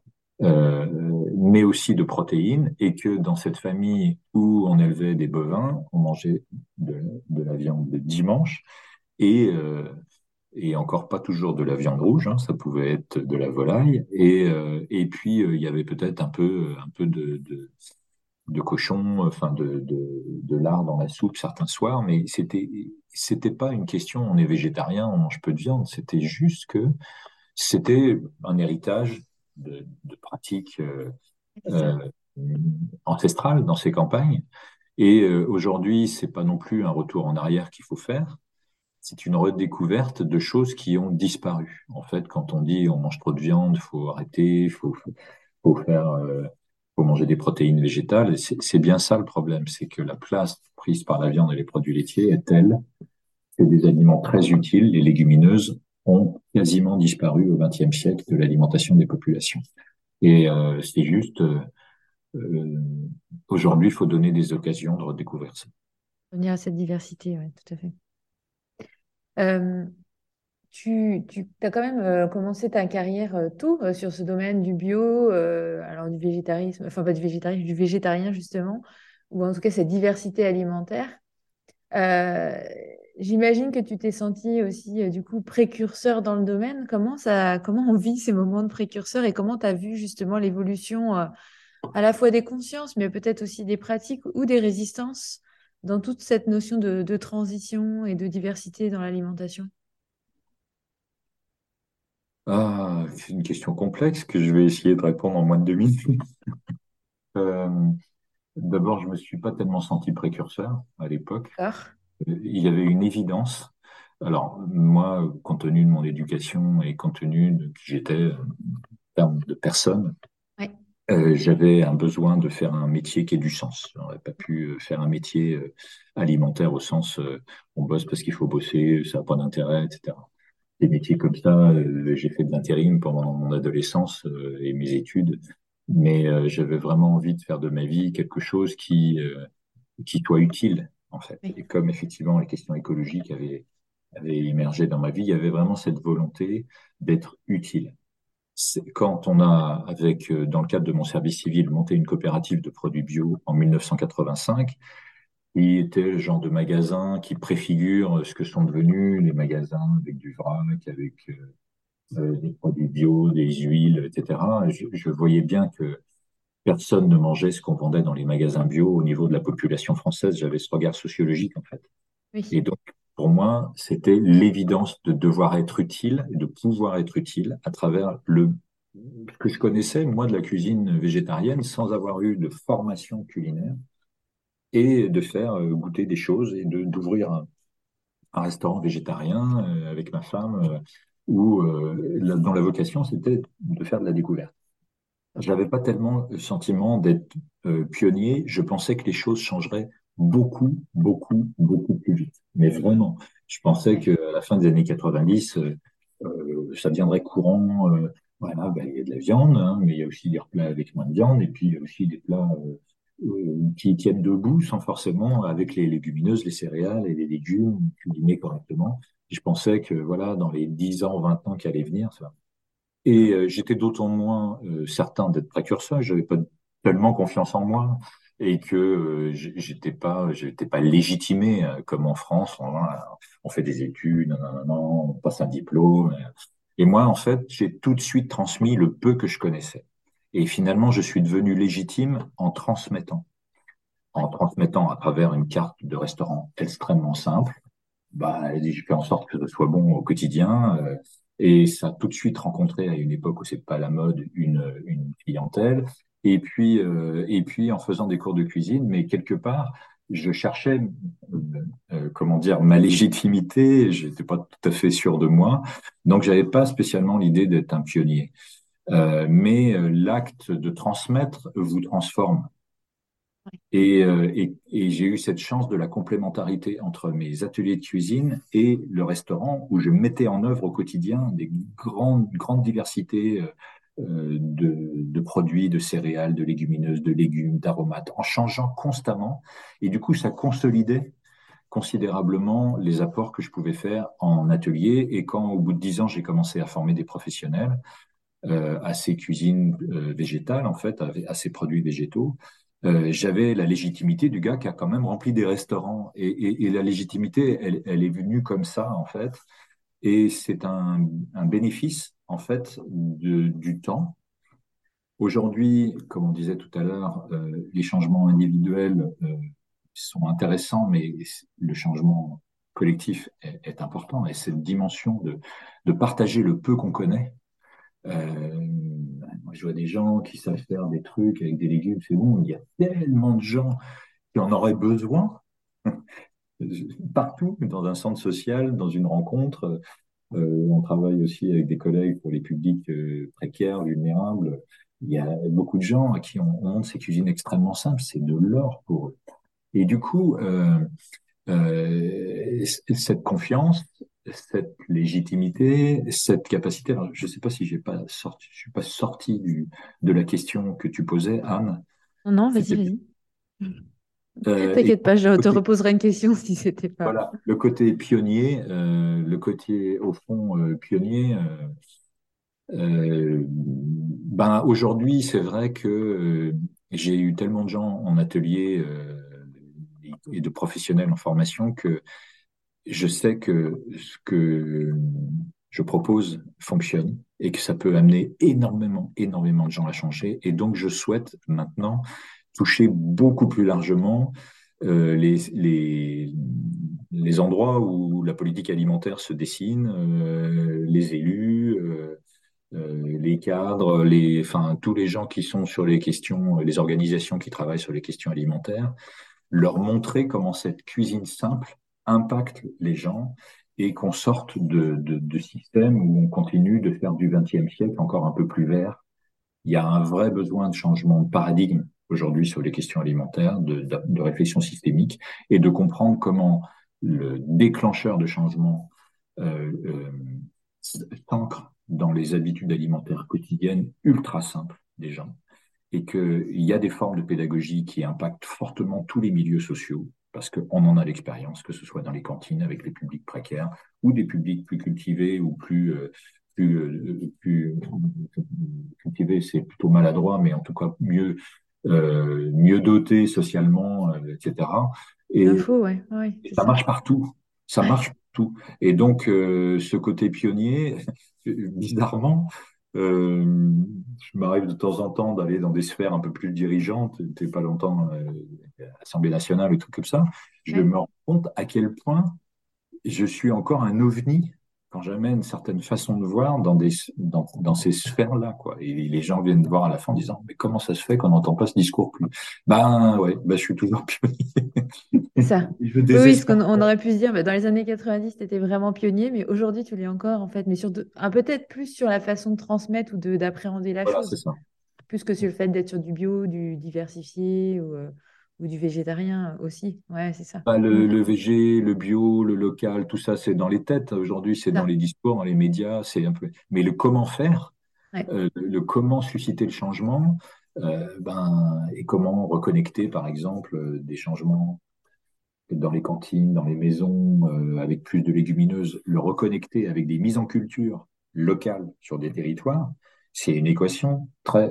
mais aussi de protéines, et que dans cette famille où on élevait des bovins, on mangeait de la viande le dimanche, et, euh, et encore pas toujours de la viande rouge, hein, ça pouvait être de la volaille, et puis il y avait peut-être un peu de cochon, enfin de lard dans la soupe certains soirs, mais c'était pas une question on est végétarien, on mange peu de viande, c'était juste que c'était un héritage de pratiques
c'est
euh,
ça.
ancestrales dans ces campagnes. Et aujourd'hui, c'est pas non plus un retour en arrière qu'il faut faire, c'est une redécouverte de choses qui ont disparu. En fait, quand on dit on mange trop de viande, faut arrêter, faut faire, faut manger des protéines végétales. C'est bien ça le problème, c'est que la place prise par la viande et les produits laitiers est telle que des aliments très utiles, les légumineuses, ont quasiment disparu au XXe siècle de l'alimentation des populations. Et c'est juste, euh, aujourd'hui, il faut donner des occasions de redécouvrir ça.
Revenir à cette diversité, ouais, tout à fait. Euh, tu as quand même commencé ta carrière tôt sur ce domaine du bio, alors du végétarisme, enfin pas du végétarisme, du végétarien justement, ou en tout cas cette diversité alimentaire. Euh, J'imagine que tu t'es senti aussi du coup précurseur dans le domaine. Comment on vit ces moments de précurseur et comment tu as vu justement l'évolution à la fois des consciences, mais peut-être aussi des pratiques ou des résistances dans toute cette notion de transition et de diversité dans l'alimentation?
Ah, c'est une question complexe que je vais essayer de répondre en moins de 2 minutes. Euh, D'abord, je me suis pas tellement senti précurseur à l'époque.
D'accord.
Il y avait une évidence. Alors, moi, compte tenu de mon éducation et compte tenu de qui j'étais en termes de personne,
Ouais.
j'avais un besoin de faire un métier qui ait du sens. Je n'aurais pas pu faire un métier alimentaire au sens on bosse parce qu'il faut bosser, ça n'a pas d'intérêt, etc. Des métiers comme ça, j'ai fait de l'intérim pendant mon adolescence et mes études, mais j'avais vraiment envie de faire de ma vie quelque chose qui soit utile, en fait.
Oui.
Et comme effectivement les questions écologiques avaient émergé dans ma vie, il y avait vraiment cette volonté d'être utile. Quand on a, dans le cadre de mon service civil, monté une coopérative de produits bio en 1985, qui était le genre de magasin qui préfigure ce que sont devenus les magasins avec du vrac, avec des produits bio, des huiles, etc. Je voyais bien que personne ne mangeait ce qu'on vendait dans les magasins bio au niveau de la population française. J'avais ce regard sociologique, en fait.
Oui.
Et donc, pour moi, c'était l'évidence de devoir être utile et de pouvoir être utile à travers ce que je connaissais, moi, de la cuisine végétarienne sans avoir eu de formation culinaire et de faire goûter des choses et d'ouvrir un restaurant végétarien avec ma femme dont la vocation, c'était de faire de la découverte. j'avais pas tellement le sentiment d'être pionnier. Je pensais que les choses changeraient beaucoup, beaucoup, beaucoup plus vite. Mais vraiment, je pensais
Ouais.
qu'à la fin des années 90, ça deviendrait courant. Voilà, ben, il y a de la viande, hein, mais il y a aussi des plats avec moins de viande, et puis il y a aussi des plats qui tiennent debout sans forcément avec les légumineuses, les céréales et les légumes cuisinés correctement. Et je pensais que voilà, dans les 10 ans, 20 ans qui allaient venir, ça. Et j'étais d'autant moins certain d'être précurseur, j'avais pas tellement confiance en moi et que j'étais pas légitimé comme en France. On fait des études, nanana, on passe un diplôme. Et moi, en fait, j'ai tout de suite transmis le peu que je connaissais. Et finalement, je suis devenu légitime en transmettant à travers une carte de restaurant extrêmement simple. Bah, je fais en sorte que ce soit bon au quotidien. Et ça a tout de suite rencontré à une époque où c'est pas la mode une clientèle. Et puis en faisant des cours de cuisine, mais quelque part, je cherchais, comment dire, ma légitimité. J'étais pas tout à fait sûr de moi, donc j'avais pas spécialement l'idée d'être un pionnier. Mais l'acte de transmettre vous transforme. Et j'ai eu cette chance de la complémentarité entre mes ateliers de cuisine et le restaurant où je mettais en œuvre au quotidien des grandes diversités de produits, de céréales, de légumineuses, de légumes, d'aromates, en changeant constamment. Et du coup, ça consolidait considérablement les apports que je pouvais faire en atelier. Et quand, au bout de 10 ans, j'ai commencé à former des professionnels à ces cuisines végétales, en fait, à ces produits végétaux, j'avais la légitimité du gars qui a quand même rempli des restaurants. Et la légitimité, elle est venue comme ça, en fait. Et c'est un bénéfice, en fait, du temps. Aujourd'hui, comme on disait tout à l'heure, les changements individuels sont intéressants, mais le changement collectif est important. Et cette dimension de partager le peu qu'on connaît, moi, je vois des gens qui savent faire des trucs avec des légumes, c'est bon. Il y a tellement de gens qui en auraient besoin partout, dans un centre social, dans une rencontre. On travaille aussi avec des collègues pour les publics précaires, vulnérables. Il y a beaucoup de gens à qui on montre ces cuisines extrêmement simples. C'est de l'or pour eux. Et du coup, cette confiance, cette légitimité, cette capacité. Alors, je ne sais pas si j'ai pas sorti, je suis pas sorti de la question que tu posais, Anne.
Non, non, vas-y,
C'était
vas-y.
et
T'inquiète pas, je te
côté-
reposerai une question si c'était pas.
voilà, le côté pionnier, le côté au fond pionnier. Ben aujourd'hui, c'est vrai que j'ai eu tellement de gens en atelier et de professionnels en formation que je sais que ce que je propose fonctionne et que ça peut amener énormément, énormément de gens à changer. Et donc, je souhaite maintenant toucher beaucoup plus largement les endroits où la politique alimentaire se dessine, les élus, les cadres, enfin, tous les gens qui sont sur les questions, les organisations qui travaillent sur les questions alimentaires, leur montrer comment cette cuisine simple impacte les gens et qu'on sorte de systèmes où on continue de faire du XXe siècle encore un peu plus vert. Il y a un vrai besoin de changement de paradigme aujourd'hui sur les questions alimentaires, de réflexion systémique et de comprendre comment le déclencheur de changement euh, s'ancre dans les habitudes alimentaires quotidiennes ultra simples des gens et qu'il y a des formes de pédagogie qui impactent fortement tous les milieux sociaux, parce qu'on en a l'expérience, que ce soit dans les cantines avec les publics précaires, ou des publics plus cultivés ou plus cultivés, c'est plutôt maladroit, mais en tout cas mieux dotés socialement, etc. Et,
L'info, ouais, ouais,
et
c'est
ça
ça.
marche partout. Ça
Ouais.
marche partout. Et donc, ce côté pionnier, bizarrement, euh, je m'arrive de temps en temps d'aller dans des sphères un peu plus dirigeantes. J'étais pas longtemps à l'Assemblée nationale et tout comme ça. Je
Ouais.
me rends compte à quel point je suis encore un ovni quand j'amène certaines façons de voir dans ces sphères-là, quoi. Et les gens viennent me voir à la fin en disant, mais comment ça se fait qu'on n'entend pas ce discours plus? Ben ouais, ben, je suis toujours pionnier.
C'est ça.
Et je
Oui, oui, ce
désespère.
qu'on aurait pu se dire, bah, dans les années 90, tu étais vraiment pionnier, mais aujourd'hui, tu l'es encore, en fait, mais sur peut-être plus sur la façon de transmettre ou d'appréhender la
Voilà, c'est
chose,
ça.
Plus que sur le fait d'être sur du bio, du diversifié ou du végétarien aussi. Ouais, c'est ça.
Bah,
Mm.
le VG, le bio, le local, tout ça, c'est dans les têtes. Aujourd'hui, c'est dans
Ça.
les discours, dans les médias, c'est un peu. Mais le comment faire,
Ouais.
le comment susciter le changement, et comment reconnecter, par exemple, des changements dans les cantines, dans les maisons, avec plus de légumineuses, le reconnecter avec des mises en culture locales sur des territoires, c'est une équation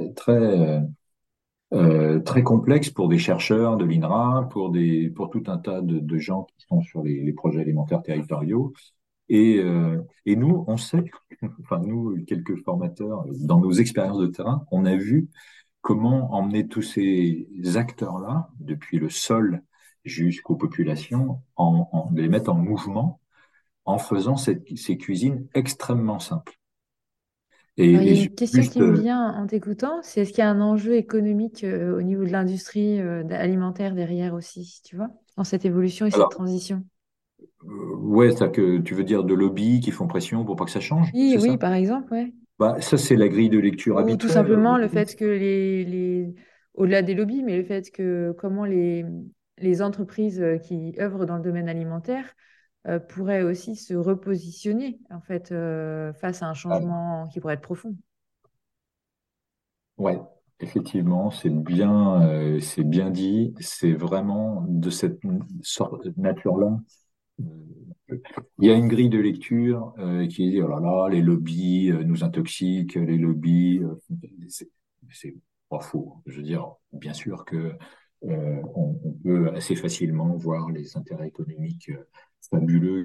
très complexe pour des chercheurs de l'INRA, pour tout un tas de gens qui sont sur les projets alimentaires territoriaux. Et nous, on sait, enfin nous, quelques formateurs, dans nos expériences de terrain, on a vu comment emmener tous ces acteurs-là, depuis le sol jusqu'aux populations, de les mettre en mouvement en faisant ces cuisines extrêmement simples.
Alors, il y a
Et
une question
juste,
qui me vient en t'écoutant, c'est est-ce qu'il y a un enjeu économique au niveau de l'industrie alimentaire derrière aussi, si tu vois, dans cette évolution et cette
alors,
transition?
ouais, ça que tu veux dire de lobbies qui font pression pour pas que ça change,
Oui,
c'est
oui,
ça?
par exemple, ouais.
Bah, ça, c'est la grille de lecture
Ou tout
habituelle.
simplement le fait que au-delà des lobbies, mais le fait que comment les entreprises qui œuvrent dans le domaine alimentaire pourraient aussi se repositionner en fait face à un changement qui pourrait être profond.
Ouais, effectivement, c'est bien dit. C'est vraiment de cette nature-là. Il y a une grille de lecture qui dit, oh là là, les lobbies nous intoxiquent, les lobbies, c'est c'est pas faux. Je veux dire, bien sûr que on peut assez facilement voir les intérêts économiques fabuleux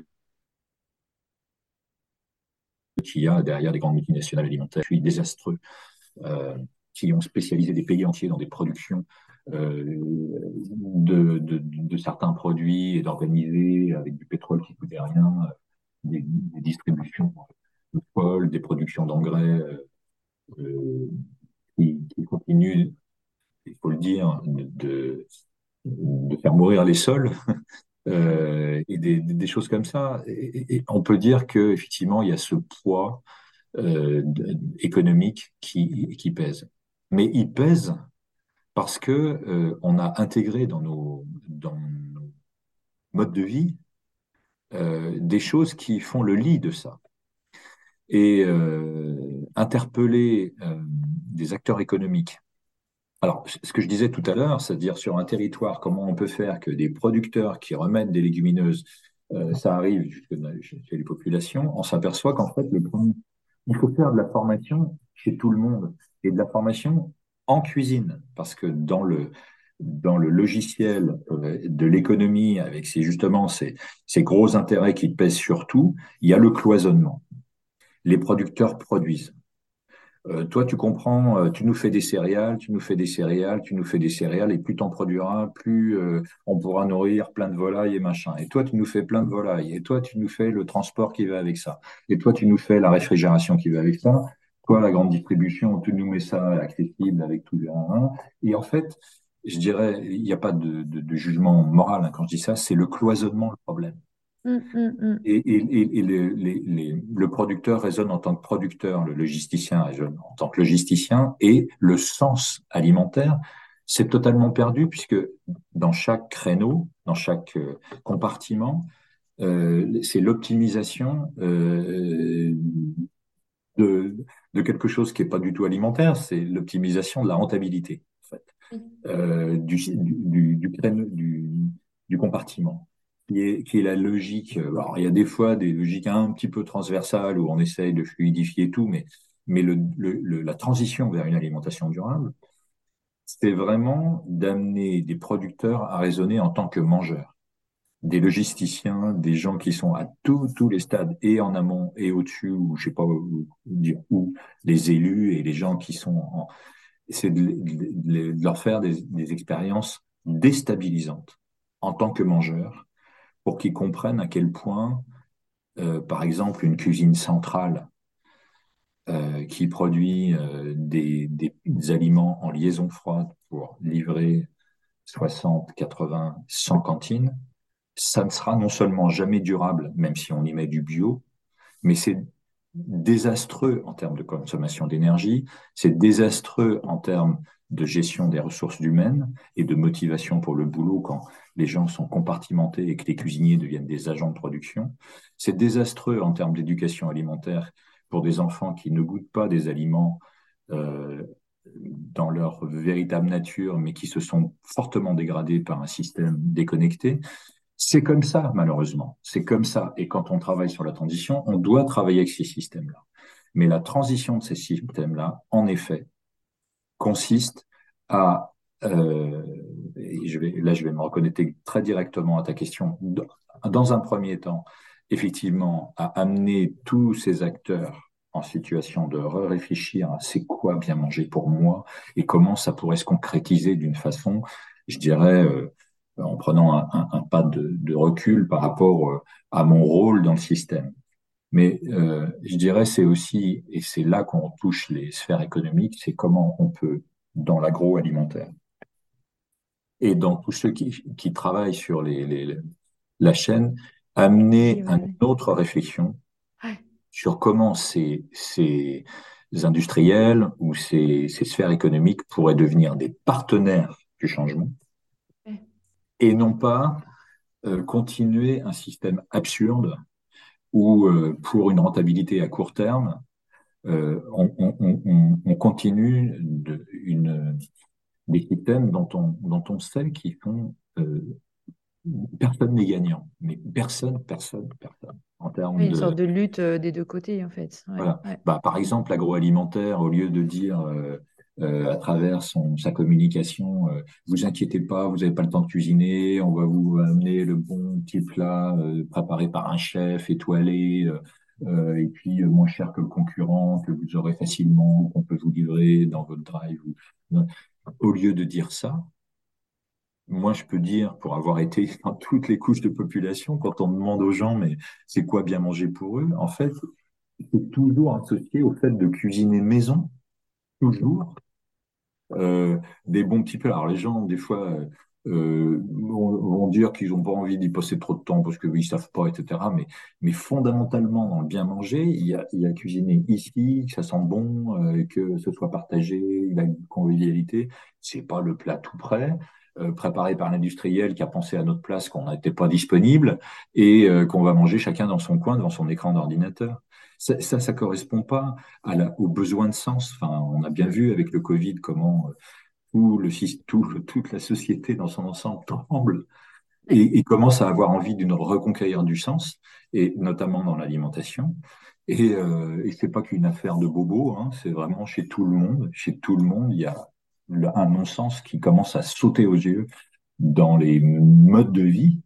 qu'il y a derrière les grandes multinationales alimentaires, puis désastreux, euh, qui ont spécialisé des pays entiers dans des productions de certains produits et d'organiser avec du pétrole qui coûtait rien, des distributions folles, des productions d'engrais euh, qui continuent, il faut le dire, de faire mourir les sols. Et des choses comme ça. Et on peut dire qu'effectivement, il y a ce poids économique qui pèse. Mais il pèse parce que on a intégré dans nos modes de vie des choses qui font le lit de ça. Et interpeller des acteurs économiques. Alors, ce que je disais tout à l'heure, c'est-à-dire sur un territoire, comment on peut faire que des producteurs qui remettent des légumineuses, ça arrive chez les populations, on s'aperçoit qu'en fait, il faut faire de la formation chez tout le monde et de la formation en cuisine, parce que dans le logiciel de l'économie, avec justement ces gros intérêts qui pèsent sur tout, il y a le cloisonnement. Les producteurs produisent. Toi, tu comprends, tu nous fais des céréales, tu nous fais des céréales, tu nous fais des céréales, et plus t'en produiras, plus on pourra nourrir plein de volailles et machin. Et toi, tu nous fais plein de volailles. Et toi, tu nous fais le transport qui va avec ça. Et toi, tu nous fais la réfrigération qui va avec ça. Toi, la grande distribution, tu nous mets ça accessible avec tout. Hein. Et en fait, je dirais, il n'y a pas de jugement moral quand je dis ça, c'est le cloisonnement le problème.
Mm, mm, mm.
Et le producteur raisonne en tant que producteur, le logisticien raisonne en tant que logisticien, et le sens alimentaire, c'est totalement perdu puisque dans chaque créneau, dans chaque compartiment, c'est l'optimisation de, de quelque chose qui n'est pas du tout alimentaire, c'est l'optimisation de la rentabilité, en fait du compartiment, qui est la logique. Alors, il y a des fois des logiques un petit peu transversales où on essaye de fluidifier tout, mais la transition vers une alimentation durable, c'est vraiment d'amener des producteurs à raisonner en tant que mangeurs, des logisticiens, des gens qui sont à tous les stades, et en amont et au-dessus, ou je sais pas dire où, les élus et les gens qui sont c'est de leur faire des expériences déstabilisantes en tant que mangeurs pour qu'ils comprennent à quel point, par exemple, une cuisine centrale qui produit des aliments en liaison froide pour livrer 60, 80, 100 cantines, ça ne sera non seulement jamais durable, même si on y met du bio, mais c'est désastreux en termes de consommation d'énergie, c'est désastreux en termes de gestion des ressources humaines et de motivation pour le boulot quand les gens sont compartimentés et que les cuisiniers deviennent des agents de production. C'est désastreux en termes d'éducation alimentaire pour des enfants qui ne goûtent pas des aliments euh, dans leur véritable nature, mais qui se sont fortement dégradés par un système déconnecté. C'est comme ça, malheureusement. C'est comme ça. Et quand on travaille sur la transition, on doit travailler avec ces systèmes-là. Mais la transition de ces systèmes-là, en effet, consiste à, et je vais me reconnecter très directement à ta question, dans un premier temps, effectivement, à amener tous ces acteurs en situation de réfléchir à c'est quoi bien manger pour moi et comment ça pourrait se concrétiser d'une façon, je dirais, en prenant un pas de recul par rapport à mon rôle dans le système. Mais je dirais c'est aussi, et c'est là qu'on touche les sphères économiques, c'est comment on peut, dans l'agroalimentaire et dans tous ceux qui travaillent sur la chaîne, amener
Oui, ouais,
une
ouais.
autre réflexion
Ouais.
sur comment ces industriels ou ces sphères économiques pourraient devenir des partenaires du changement
Ouais.
et non pas continuer un système absurde où, pour une rentabilité à court terme, on continue des systèmes dont on sait qu'ils font personne n'est gagnant, mais personne en
Oui,
termes
une sorte
de
de lutte des deux côtés, en fait. Ouais,
voilà.
ouais.
Bah, par exemple, l'agroalimentaire, au lieu de dire à travers sa communication, vous inquiétez pas, vous n'avez pas le temps de cuisiner, on va vous amener le bon petit plat préparé par un chef étoilé, et puis moins cher que le concurrent, que vous aurez facilement, qu'on peut vous livrer dans votre drive. Au lieu de dire ça, moi, je peux dire, pour avoir été dans toutes les couches de population, quand on demande aux gens, mais c'est quoi bien manger pour eux, en fait, c'est toujours associé au fait de cuisiner maison, toujours, des bons petits plats. Alors les gens, des fois, vont dire qu'ils n'ont pas envie d'y passer trop de temps parce qu'ils ne savent pas, etc. Mais fondamentalement, dans le bien manger, il y a cuisiner ici, que ça sent bon, que ce soit partagé, la convivialité. C'est pas le plat tout prêt. Préparé par l'industriel qui a pensé à notre place qu'on n'était pas disponible et qu'on va manger chacun dans son coin devant son écran d'ordinateur. Ça correspond pas aux besoins de sens. Enfin, on a bien vu avec le Covid comment toute la société dans son ensemble tremble
Ouais.
et commence à avoir envie d'une reconquérir du sens, et notamment dans l'alimentation. Et c'est pas qu'une affaire de bobo, hein, c'est vraiment chez tout le monde. Chez tout le monde, il y a un non-sens qui commence à sauter aux yeux dans les modes de vie.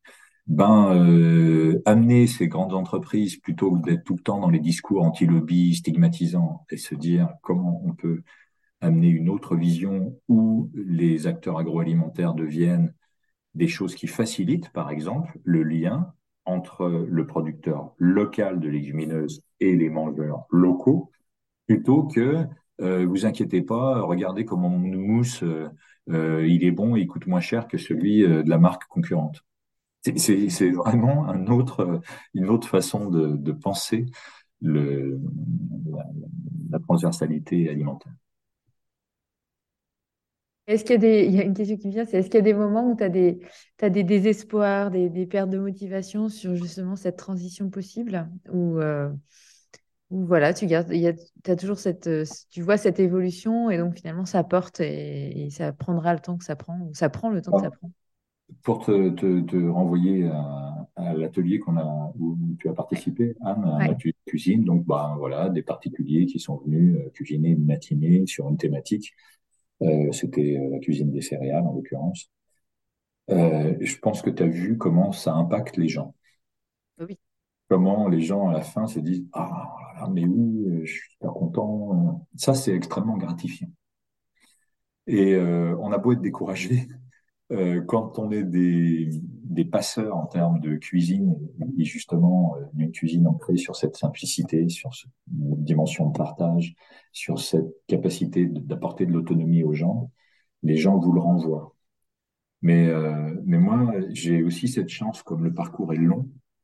Amener ces grandes entreprises plutôt que d'être tout le temps dans les discours anti-lobby stigmatisants et se dire comment on peut amener une autre vision où les acteurs agroalimentaires deviennent des choses qui facilitent, par exemple, le lien entre le producteur local de légumineuses et les mangeurs locaux, plutôt que vous inquiétez pas, regardez comment mon mousse, il est bon et il coûte moins cher que celui de la marque concurrente. C'est vraiment une autre façon de penser le, la, la transversalité alimentaire.
Est-ce qu'il y a il y a une question qui me vient, c'est est-ce qu'il y a des moments où tu as t'as des désespoirs, des pertes de motivation sur justement cette transition possible ou voilà, tu gardes, t'as toujours tu vois cette évolution et donc finalement ça porte et ça prendra le temps que ça prend, ou ça prend le temps que ça prend.
Pour te renvoyer à l'atelier où tu as
Ouais,
participé, Anne, à un
ouais,
atelier de cuisine, donc bah, voilà, des particuliers qui sont venus cuisiner une matinée sur une thématique. C'était la cuisine des céréales en l'occurrence. Je pense que tu as vu comment ça impacte les gens.
bah oui.
Comment les gens à la fin se disent ah là là, mais oui, je suis super content. Ça, c'est extrêmement gratifiant. Et on a beau être découragé, quand on est des passeurs en termes de cuisine, et justement une cuisine ancrée sur cette simplicité, sur cette dimension de partage, sur cette capacité d'apporter de l'autonomie aux gens, les gens vous le renvoient. Mais moi, j'ai aussi cette chance, comme le parcours est long,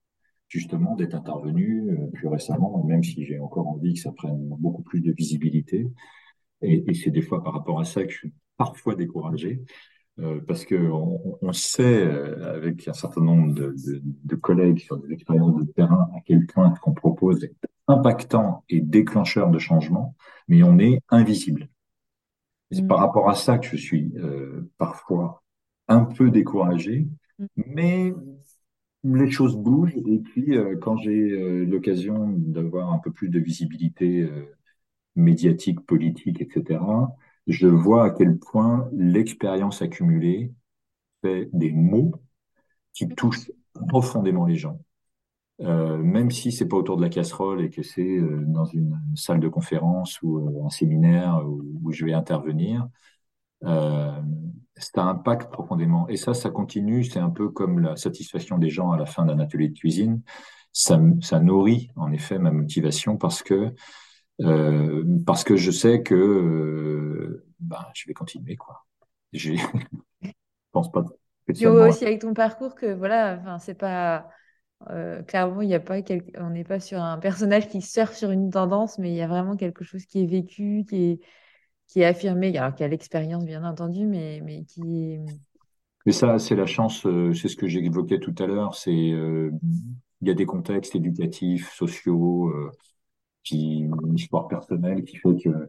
justement d'être intervenu plus récemment, même si j'ai encore envie que ça prenne beaucoup plus de visibilité. Et c'est des fois par rapport à ça que je suis parfois découragé, parce que on sait, avec un certain nombre de collègues sur des expériences de terrain, à quel point ce qu'on propose est impactant et déclencheur de changement, mais on est invisible. Et c'est par
Mm.
rapport à ça que je suis parfois un peu découragé,
Mm.
mais les choses bougent. Et puis, quand j'ai l'occasion d'avoir un peu plus de visibilité médiatique, politique, etc., je vois à quel point l'expérience accumulée fait des mots qui touchent profondément les gens. Même si c'est pas autour de la casserole et que c'est dans une salle de conférence ou un séminaire où je vais intervenir, euh, ça impacte profondément. Et ça continue. C'est un peu comme la satisfaction des gens à la fin d'un atelier de cuisine. Ça nourrit en effet ma motivation parce que je sais que ben, je vais continuer, quoi. Je pense pas
Tu vois
spécialement.
aussi avec ton parcours que voilà, enfin, c'est pas clairement, il y a pas on n'est pas sur un personnage qui surfe sur une tendance, mais il y a vraiment quelque chose qui est vécu, qui est affirmé, alors qu'il y a l'expérience bien entendu, mais qui est...
Mais ça, c'est la chance, c'est ce que j'évoquais tout à l'heure, il y a des contextes éducatifs, sociaux, une histoire personnelle qui fait que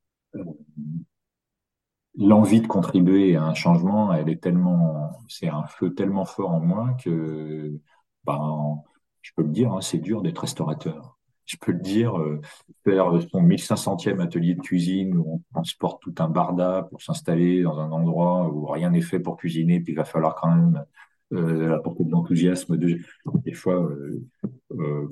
l'envie de contribuer à un changement, c'est un feu tellement fort en moi que, ben, je peux le dire, hein, c'est dur d'être restaurateur. Je peux le dire, faire son 1500e atelier de cuisine où on transporte tout un barda pour s'installer dans un endroit où rien n'est fait pour cuisiner, puis il va falloir quand même apporter de l'enthousiasme. Des fois, euh,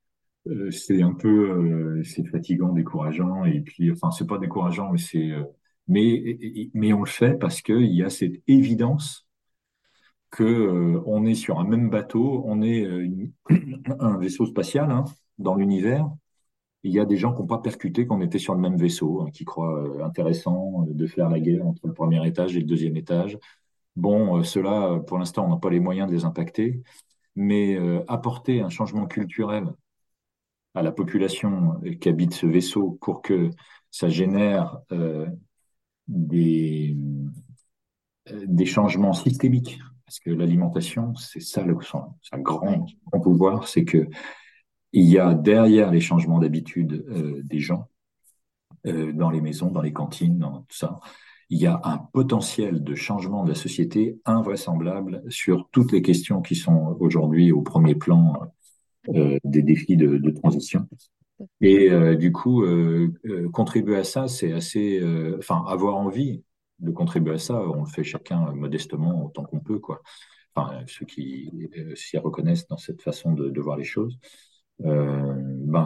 c'est fatigant, décourageant, et puis, enfin, c'est pas décourageant, mais on le fait parce qu'il y a cette évidence que, on est sur un même bateau, on est un vaisseau spatial, hein, dans l'univers. Il y a des gens qui n'ont pas percuté qu'on était sur le même vaisseau, hein, qui croient intéressant de faire la guerre entre le premier étage et le deuxième étage. Bon, ceux-là, pour l'instant, on n'a pas les moyens de les impacter, mais apporter un changement culturel à la population qui habite ce vaisseau pour que ça génère des changements systémiques. Parce que l'alimentation, c'est ça son
Ouais.
grand pouvoir, c'est que il y a derrière les changements d'habitude des gens, dans les maisons, dans les cantines, dans tout ça, il y a un potentiel de changement de la société invraisemblable sur toutes les questions qui sont aujourd'hui au premier plan des défis de transition. Et du coup, contribuer à ça, c'est assez. Enfin, avoir envie de contribuer à ça, on le fait chacun modestement autant qu'on peut, quoi. Enfin, ceux qui s'y reconnaissent dans cette façon de voir les choses, ben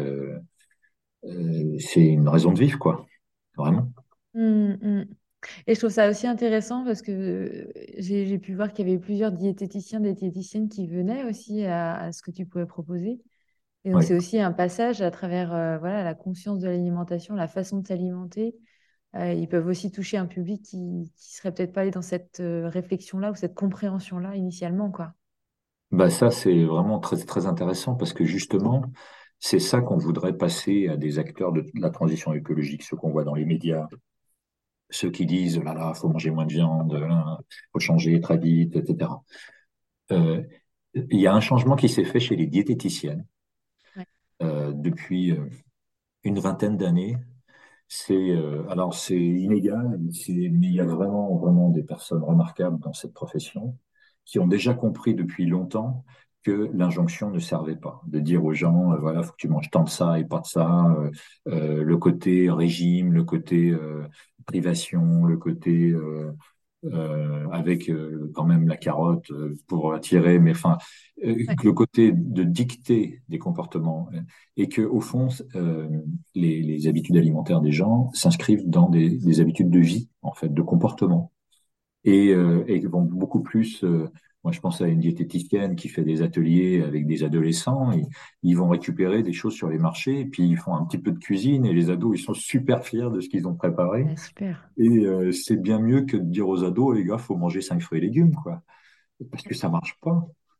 c'est une raison de vivre, quoi. Vraiment.
Mm, mm. Et je trouve ça aussi intéressant parce que j'ai pu voir qu'il y avait plusieurs diététiciens, des diététiciennes qui venaient aussi à ce que tu pouvais proposer. Et donc,
Oui.
c'est aussi un passage à travers voilà, la conscience de l'alimentation, la façon de s'alimenter. Ils peuvent aussi toucher un public qui serait peut-être pas allé dans cette réflexion-là ou cette compréhension-là initialement, quoi.
Bah ça, c'est vraiment très, très intéressant parce que justement, c'est ça qu'on voudrait passer à des acteurs de la transition écologique, ceux qu'on voit dans les médias, ceux qui disent, oh là là, faut manger moins de viande, faut changer très vite, etc. Euh, il y a un changement qui s'est fait chez les diététiciennes
Ouais.
depuis une vingtaine d'années. Alors c'est inégal, mais il y a vraiment, vraiment des personnes remarquables dans cette profession qui ont déjà compris depuis longtemps que l'injonction ne servait pas. De dire aux gens, voilà, faut que tu manges tant de ça et pas de ça, le côté régime, le côté privation, le côté avec quand même la carotte pour attirer, mais enfin,
Ouais.
le côté de dicter des comportements et que au fond, les habitudes alimentaires des gens s'inscrivent dans des habitudes de vie, en fait, de comportement et vont beaucoup plus. Moi, je pense à une diététicienne qui fait des ateliers avec des adolescents. Ils vont récupérer des choses sur les marchés, et puis ils font un petit peu de cuisine, et les ados, ils sont super fiers de ce qu'ils ont préparé.
Ouais, super.
Et c'est bien mieux que de dire aux ados, les gars, faut manger 5 fruits et légumes, quoi. Parce que ça marche pas.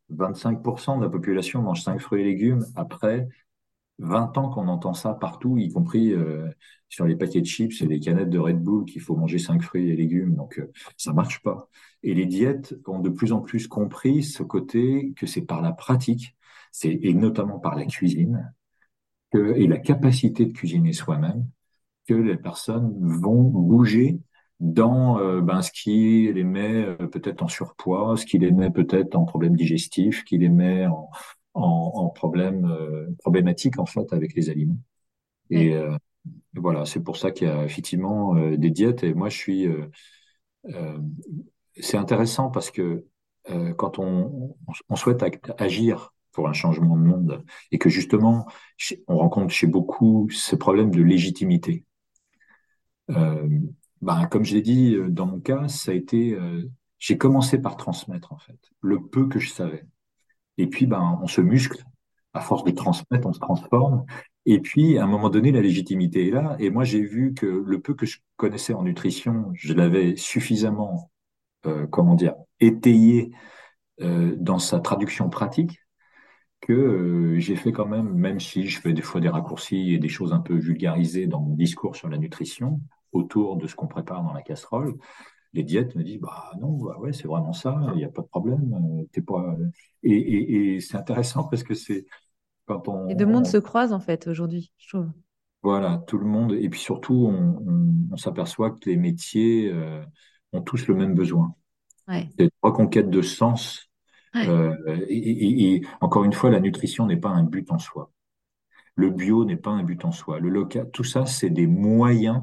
25% de la population mange 5 fruits et légumes après 20 ans qu'on entend ça partout, y compris sur les paquets de chips et les canettes de Red Bull qu'il faut manger 5 fruits et légumes. Donc, ça marche pas. Et les diètes ont de plus en plus compris ce côté que c'est par la pratique, et notamment par la cuisine, et la capacité de cuisiner soi-même, que les personnes vont bouger dans ce qui les met peut-être en surpoids, ce qui les met peut-être en problème digestif, ce qui les met en problématique en fait avec les aliments. Et
Ouais.
voilà, c'est pour ça qu'il y a effectivement des diètes. Et moi, euh, c'est intéressant parce que quand on souhaite agir pour un changement de monde et que justement, on rencontre chez beaucoup ce problème de légitimité. Euh, Comme je l'ai dit, dans mon cas, ça a été, j'ai commencé par transmettre en fait le peu que je savais. Et puis, on se muscle à force de transmettre, on se transforme. Et puis, à un moment donné, la légitimité est là. Et moi, j'ai vu que le peu que je connaissais en nutrition, je l'avais suffisamment, comment dire, étayé dans sa traduction pratique que j'ai fait quand même, même si je fais des fois des raccourcis et des choses un peu vulgarisées dans mon discours sur la nutrition, autour de ce qu'on prépare dans la casserole, les diètes me disent, bah non, bah ouais, c'est vraiment ça, il n'y a pas de problème, t'es pas... Et c'est intéressant parce que c'est quand
Les deux mondes se croisent en fait aujourd'hui, je trouve.
voilà, tout le monde, et puis surtout, on s'aperçoit que les métiers ont tous le même besoin.
Ouais.
C'est une reconquête de sens.
Ouais.
euh, et encore une fois, la nutrition n'est pas un but en soi. Le bio n'est pas un but en soi. Le local, tout ça, c'est des moyens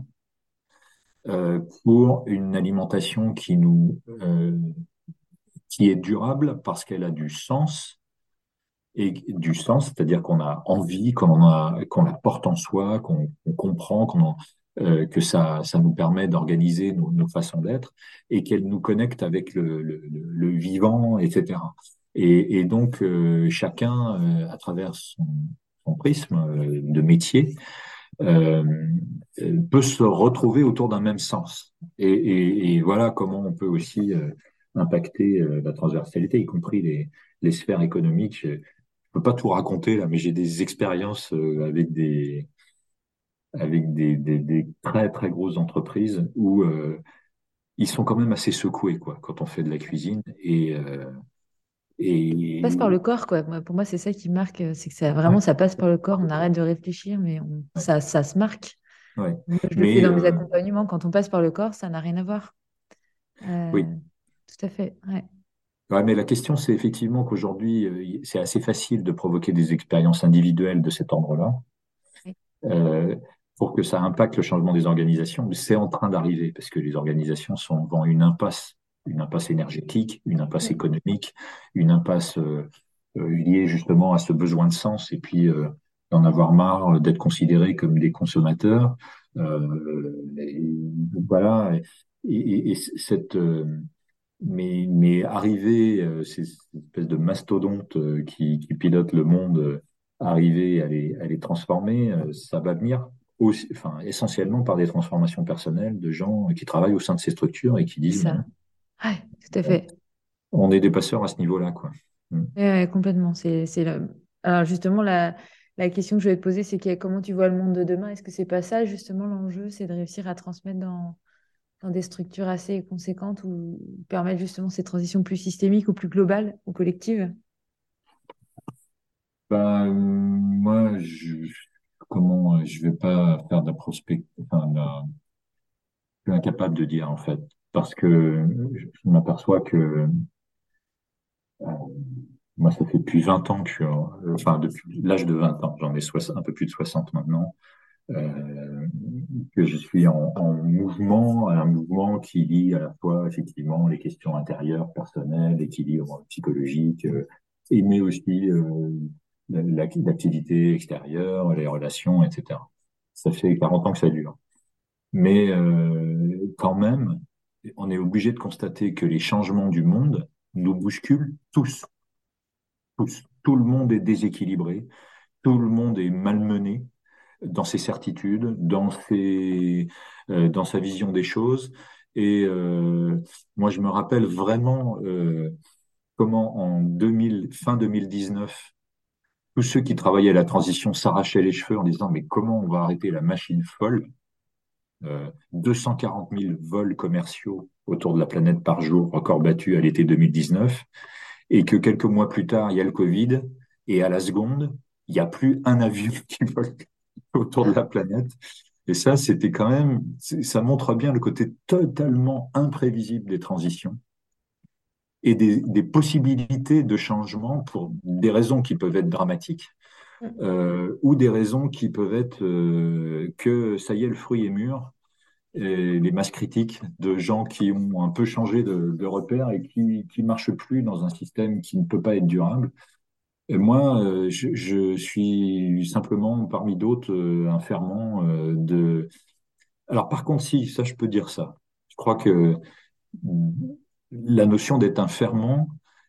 pour une alimentation qui est durable parce qu'elle a du sens et du sens, c'est-à-dire qu'on a envie, qu'on la porte en soi, qu'on comprend, que ça nous permet d'organiser nos façons d'être et qu'elle nous connecte avec le vivant, etc. Et donc, chacun, à travers son prisme de métier, euh, peut se retrouver autour d'un même sens. Et voilà comment on peut aussi impacter la transversalité, y compris les sphères économiques. Je ne peux pas tout raconter là, mais j'ai des expériences avec des très très grosses entreprises où ils sont quand même assez secoués quoi, quand on fait de la cuisine.
Passe par
Et
le corps, quoi. Pour moi, c'est ça qui marque, c'est que ça vraiment ça passe par le corps. On arrête de réfléchir, mais
ouais,
ça se marque.
ouais.
Moi, je le fais
Mais
dans mes accompagnements. Quand on passe par le corps, ça n'a rien à voir.
oui.
Euh, Tout à fait. Ouais.
Ouais, mais la question, c'est effectivement qu'aujourd'hui, c'est assez facile de provoquer des expériences individuelles de cet ordre-là,
Oui,
euh, pour que ça impacte le changement des organisations. Mais c'est en train d'arriver, parce que les organisations sont dans une impasse énergétique, une impasse
oui,
économique, une impasse liée justement à ce besoin de sens, et puis d'en avoir marre d'être considérés comme des consommateurs. Et voilà. Et cette mais arriver, ces espèces de mastodontes qui pilotent le monde, arriver à les transformer, ça va venir aussi, enfin, essentiellement par des transformations personnelles de gens qui travaillent au sein de ces structures et qui
c'est
disent, mais non,
ça. Ouais, tout à fait.
on est des passeurs à ce niveau-là, quoi. Mm.
Ouais, ouais, complètement. Alors justement, la question que je vais te poser, c'est comment tu vois le monde de demain? Est-ce que c'est pas ça justement l'enjeu, c'est de réussir à transmettre dans des structures assez conséquentes ou permettre justement ces transitions plus systémiques ou plus globales ou collectives?
Moi, comment, je vais pas faire de la enfin, je suis incapable de dire, en fait, parce que je m'aperçois que euh, moi, ça fait depuis 20 ans que enfin, depuis l'âge de 20 ans, j'en ai 60, un peu plus de 60 maintenant, que je suis en mouvement, un mouvement qui lie à la fois, effectivement, les questions intérieures, personnelles, équilibre psychologique, mais aussi l'activité extérieure, les relations, etc. Ça fait 40 ans que ça dure. Mais quand même, on est obligé de constater que les changements du monde nous bousculent tous, tous. Tout le monde est déséquilibré, tout le monde est malmené dans ses certitudes, dans sa vision des choses. Et moi, je me rappelle vraiment comment fin 2019, tous ceux qui travaillaient à la transition s'arrachaient les cheveux en disant mais comment on va arrêter la machine folle 240 000 vols commerciaux autour de la planète par jour, record battu à l'été 2019, et que quelques mois plus tard, il y a le Covid, et à la seconde, il n'y a plus un avion qui vole autour de la planète. Et ça, c'était quand même, ça montre bien le côté totalement imprévisible des transitions et des possibilités de changement pour des raisons qui peuvent être dramatiques ou des raisons qui peuvent être que ça y est, le fruit est mûr, et les masses critiques de gens qui ont un peu changé de repère et qui marchent plus dans un système qui ne peut pas être durable. Et moi, je suis simplement parmi d'autres un ferment de. Alors par contre, si, ça je peux dire ça. Je crois que la notion d'être un ferment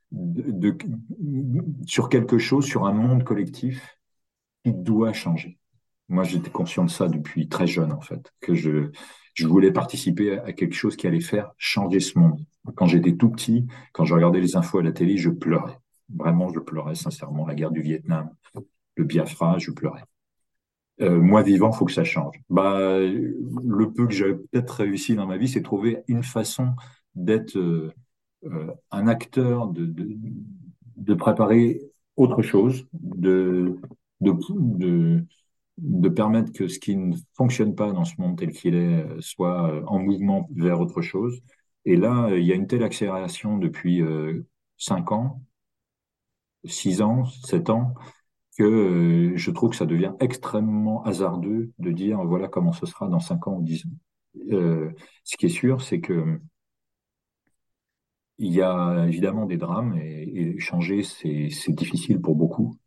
sur quelque chose, sur un monde collectif, qui doit changer. Moi, j'étais conscient de ça depuis très jeune, en fait, que je voulais participer à quelque chose qui allait faire changer ce monde. Quand j'étais tout petit, quand je regardais les infos à la télé, je pleurais. Vraiment, je pleurais sincèrement. La guerre du Vietnam, le Biafra, je pleurais. Moi, vivant, faut que ça change. Bah, le peu que j'ai peut-être réussi dans ma vie, c'est trouver une façon d'être un acteur, de préparer autre chose, de, de, de permettre que ce qui ne fonctionne pas dans ce monde tel qu'il est soit en mouvement vers autre chose. Et là, il y a une telle accélération depuis 5 ans, 6 ans, 7 ans, que je trouve que ça devient extrêmement hasardeux de dire voilà comment ce sera dans 5 ans ou 10 ans. Ce qui est sûr, c'est que il y a évidemment des drames et changer, c'est difficile pour beaucoup.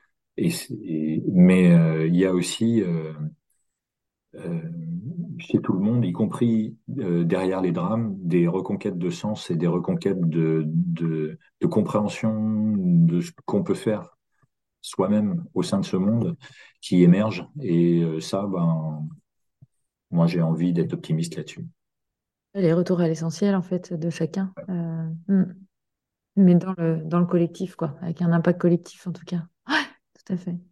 Mais il y a aussi euh, chez tout le monde, y compris derrière les drames, des reconquêtes de sens et des reconquêtes de compréhension de ce qu'on peut faire soi-même au sein de ce monde qui émergent. Et ça, ben, moi, j'ai envie d'être optimiste là-dessus.
Les retours à l'essentiel, en fait, de chacun. Mais dans le collectif, quoi, avec un impact collectif, en tout cas. Ouais, tout à fait.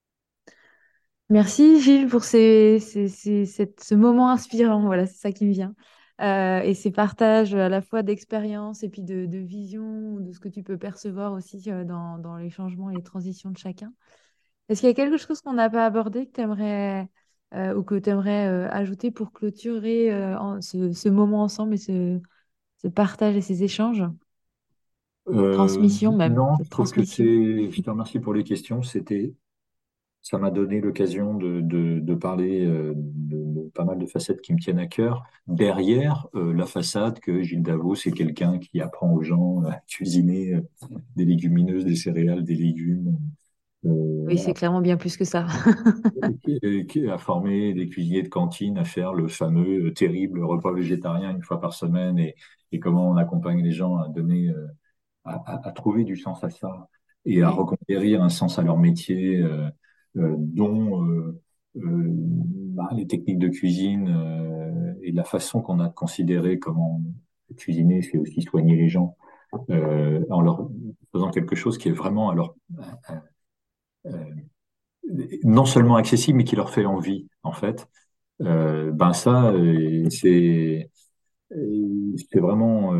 Merci Gilles pour ce moment inspirant, voilà, c'est ça qui me vient. Et ces partages à la fois d'expérience et puis de vision, de ce que tu peux percevoir aussi dans les changements et les transitions de chacun. Est-ce qu'il y a quelque chose qu'on n'a pas abordé que tu aimerais ou que tu aimerais ajouter pour clôturer ce moment ensemble et ce partage et ces échanges? Transmission même,
Non,
cette
je trouve que
transmission.
je te remercie pour les questions. Ça m'a donné l'occasion de parler de pas mal de facettes qui me tiennent à cœur. Derrière la façade que Gilles Davos, c'est quelqu'un qui apprend aux gens à cuisiner des légumineuses, des céréales, des légumes,
Oui, c'est clairement bien plus que ça.
qui a formé des cuisiniers de cantine à faire le fameux terrible repas végétarien une fois par semaine et comment on accompagne les gens à donner, à trouver du sens à ça et à
Oui.
reconquérir un sens à leur métier, dont les techniques de cuisine et la façon qu'on a de considérer comment cuisiner, c'est aussi soigner les gens en leur faisant quelque chose qui est vraiment alors non seulement accessible, mais qui leur fait envie, en fait. Ben ça, c'est vraiment.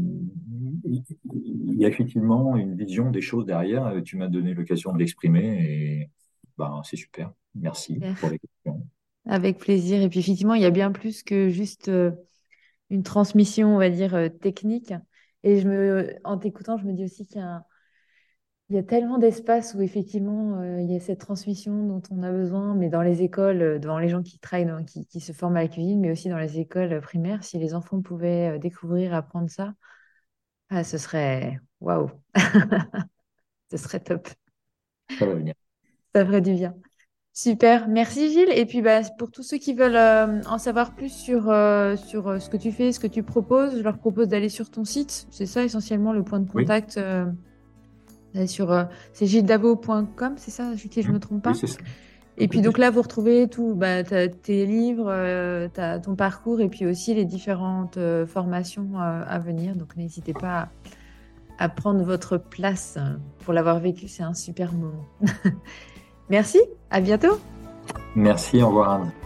Il y a effectivement une vision des choses derrière. Tu m'as donné l'occasion de l'exprimer et ben c'est super. Merci pour
Super.
les questions.
Avec plaisir. Et puis effectivement, il y a bien plus que juste une transmission, on va dire, technique. Et en t'écoutant, je me dis aussi qu'il y a tellement d'espace où effectivement il y a cette transmission dont on a besoin, mais dans les écoles, dans les gens qui travaillent, qui se forment à la cuisine, mais aussi dans les écoles primaires, si les enfants pouvaient découvrir, apprendre ça, ah, ce serait waouh, ce serait top.
Ça va venir.
Ça ferait du bien. Super, merci Gilles. Et puis bah, pour tous ceux qui veulent en savoir plus sur ce que tu fais, ce que tu proposes, je leur propose d'aller sur ton site. C'est ça essentiellement le point de
Oui,
contact. C'est gildavo.com, c'est ça, si je ne me trompe
oui,
pas.
c'est ça.
Et
Tout à
puis
fait.
donc là, vous retrouvez tout, bah, tes livres, ton parcours et puis aussi les différentes formations à venir. Donc n'hésitez pas à prendre votre place pour l'avoir vécu. C'est un super moment. Merci, à bientôt.
Merci, au revoir Anne.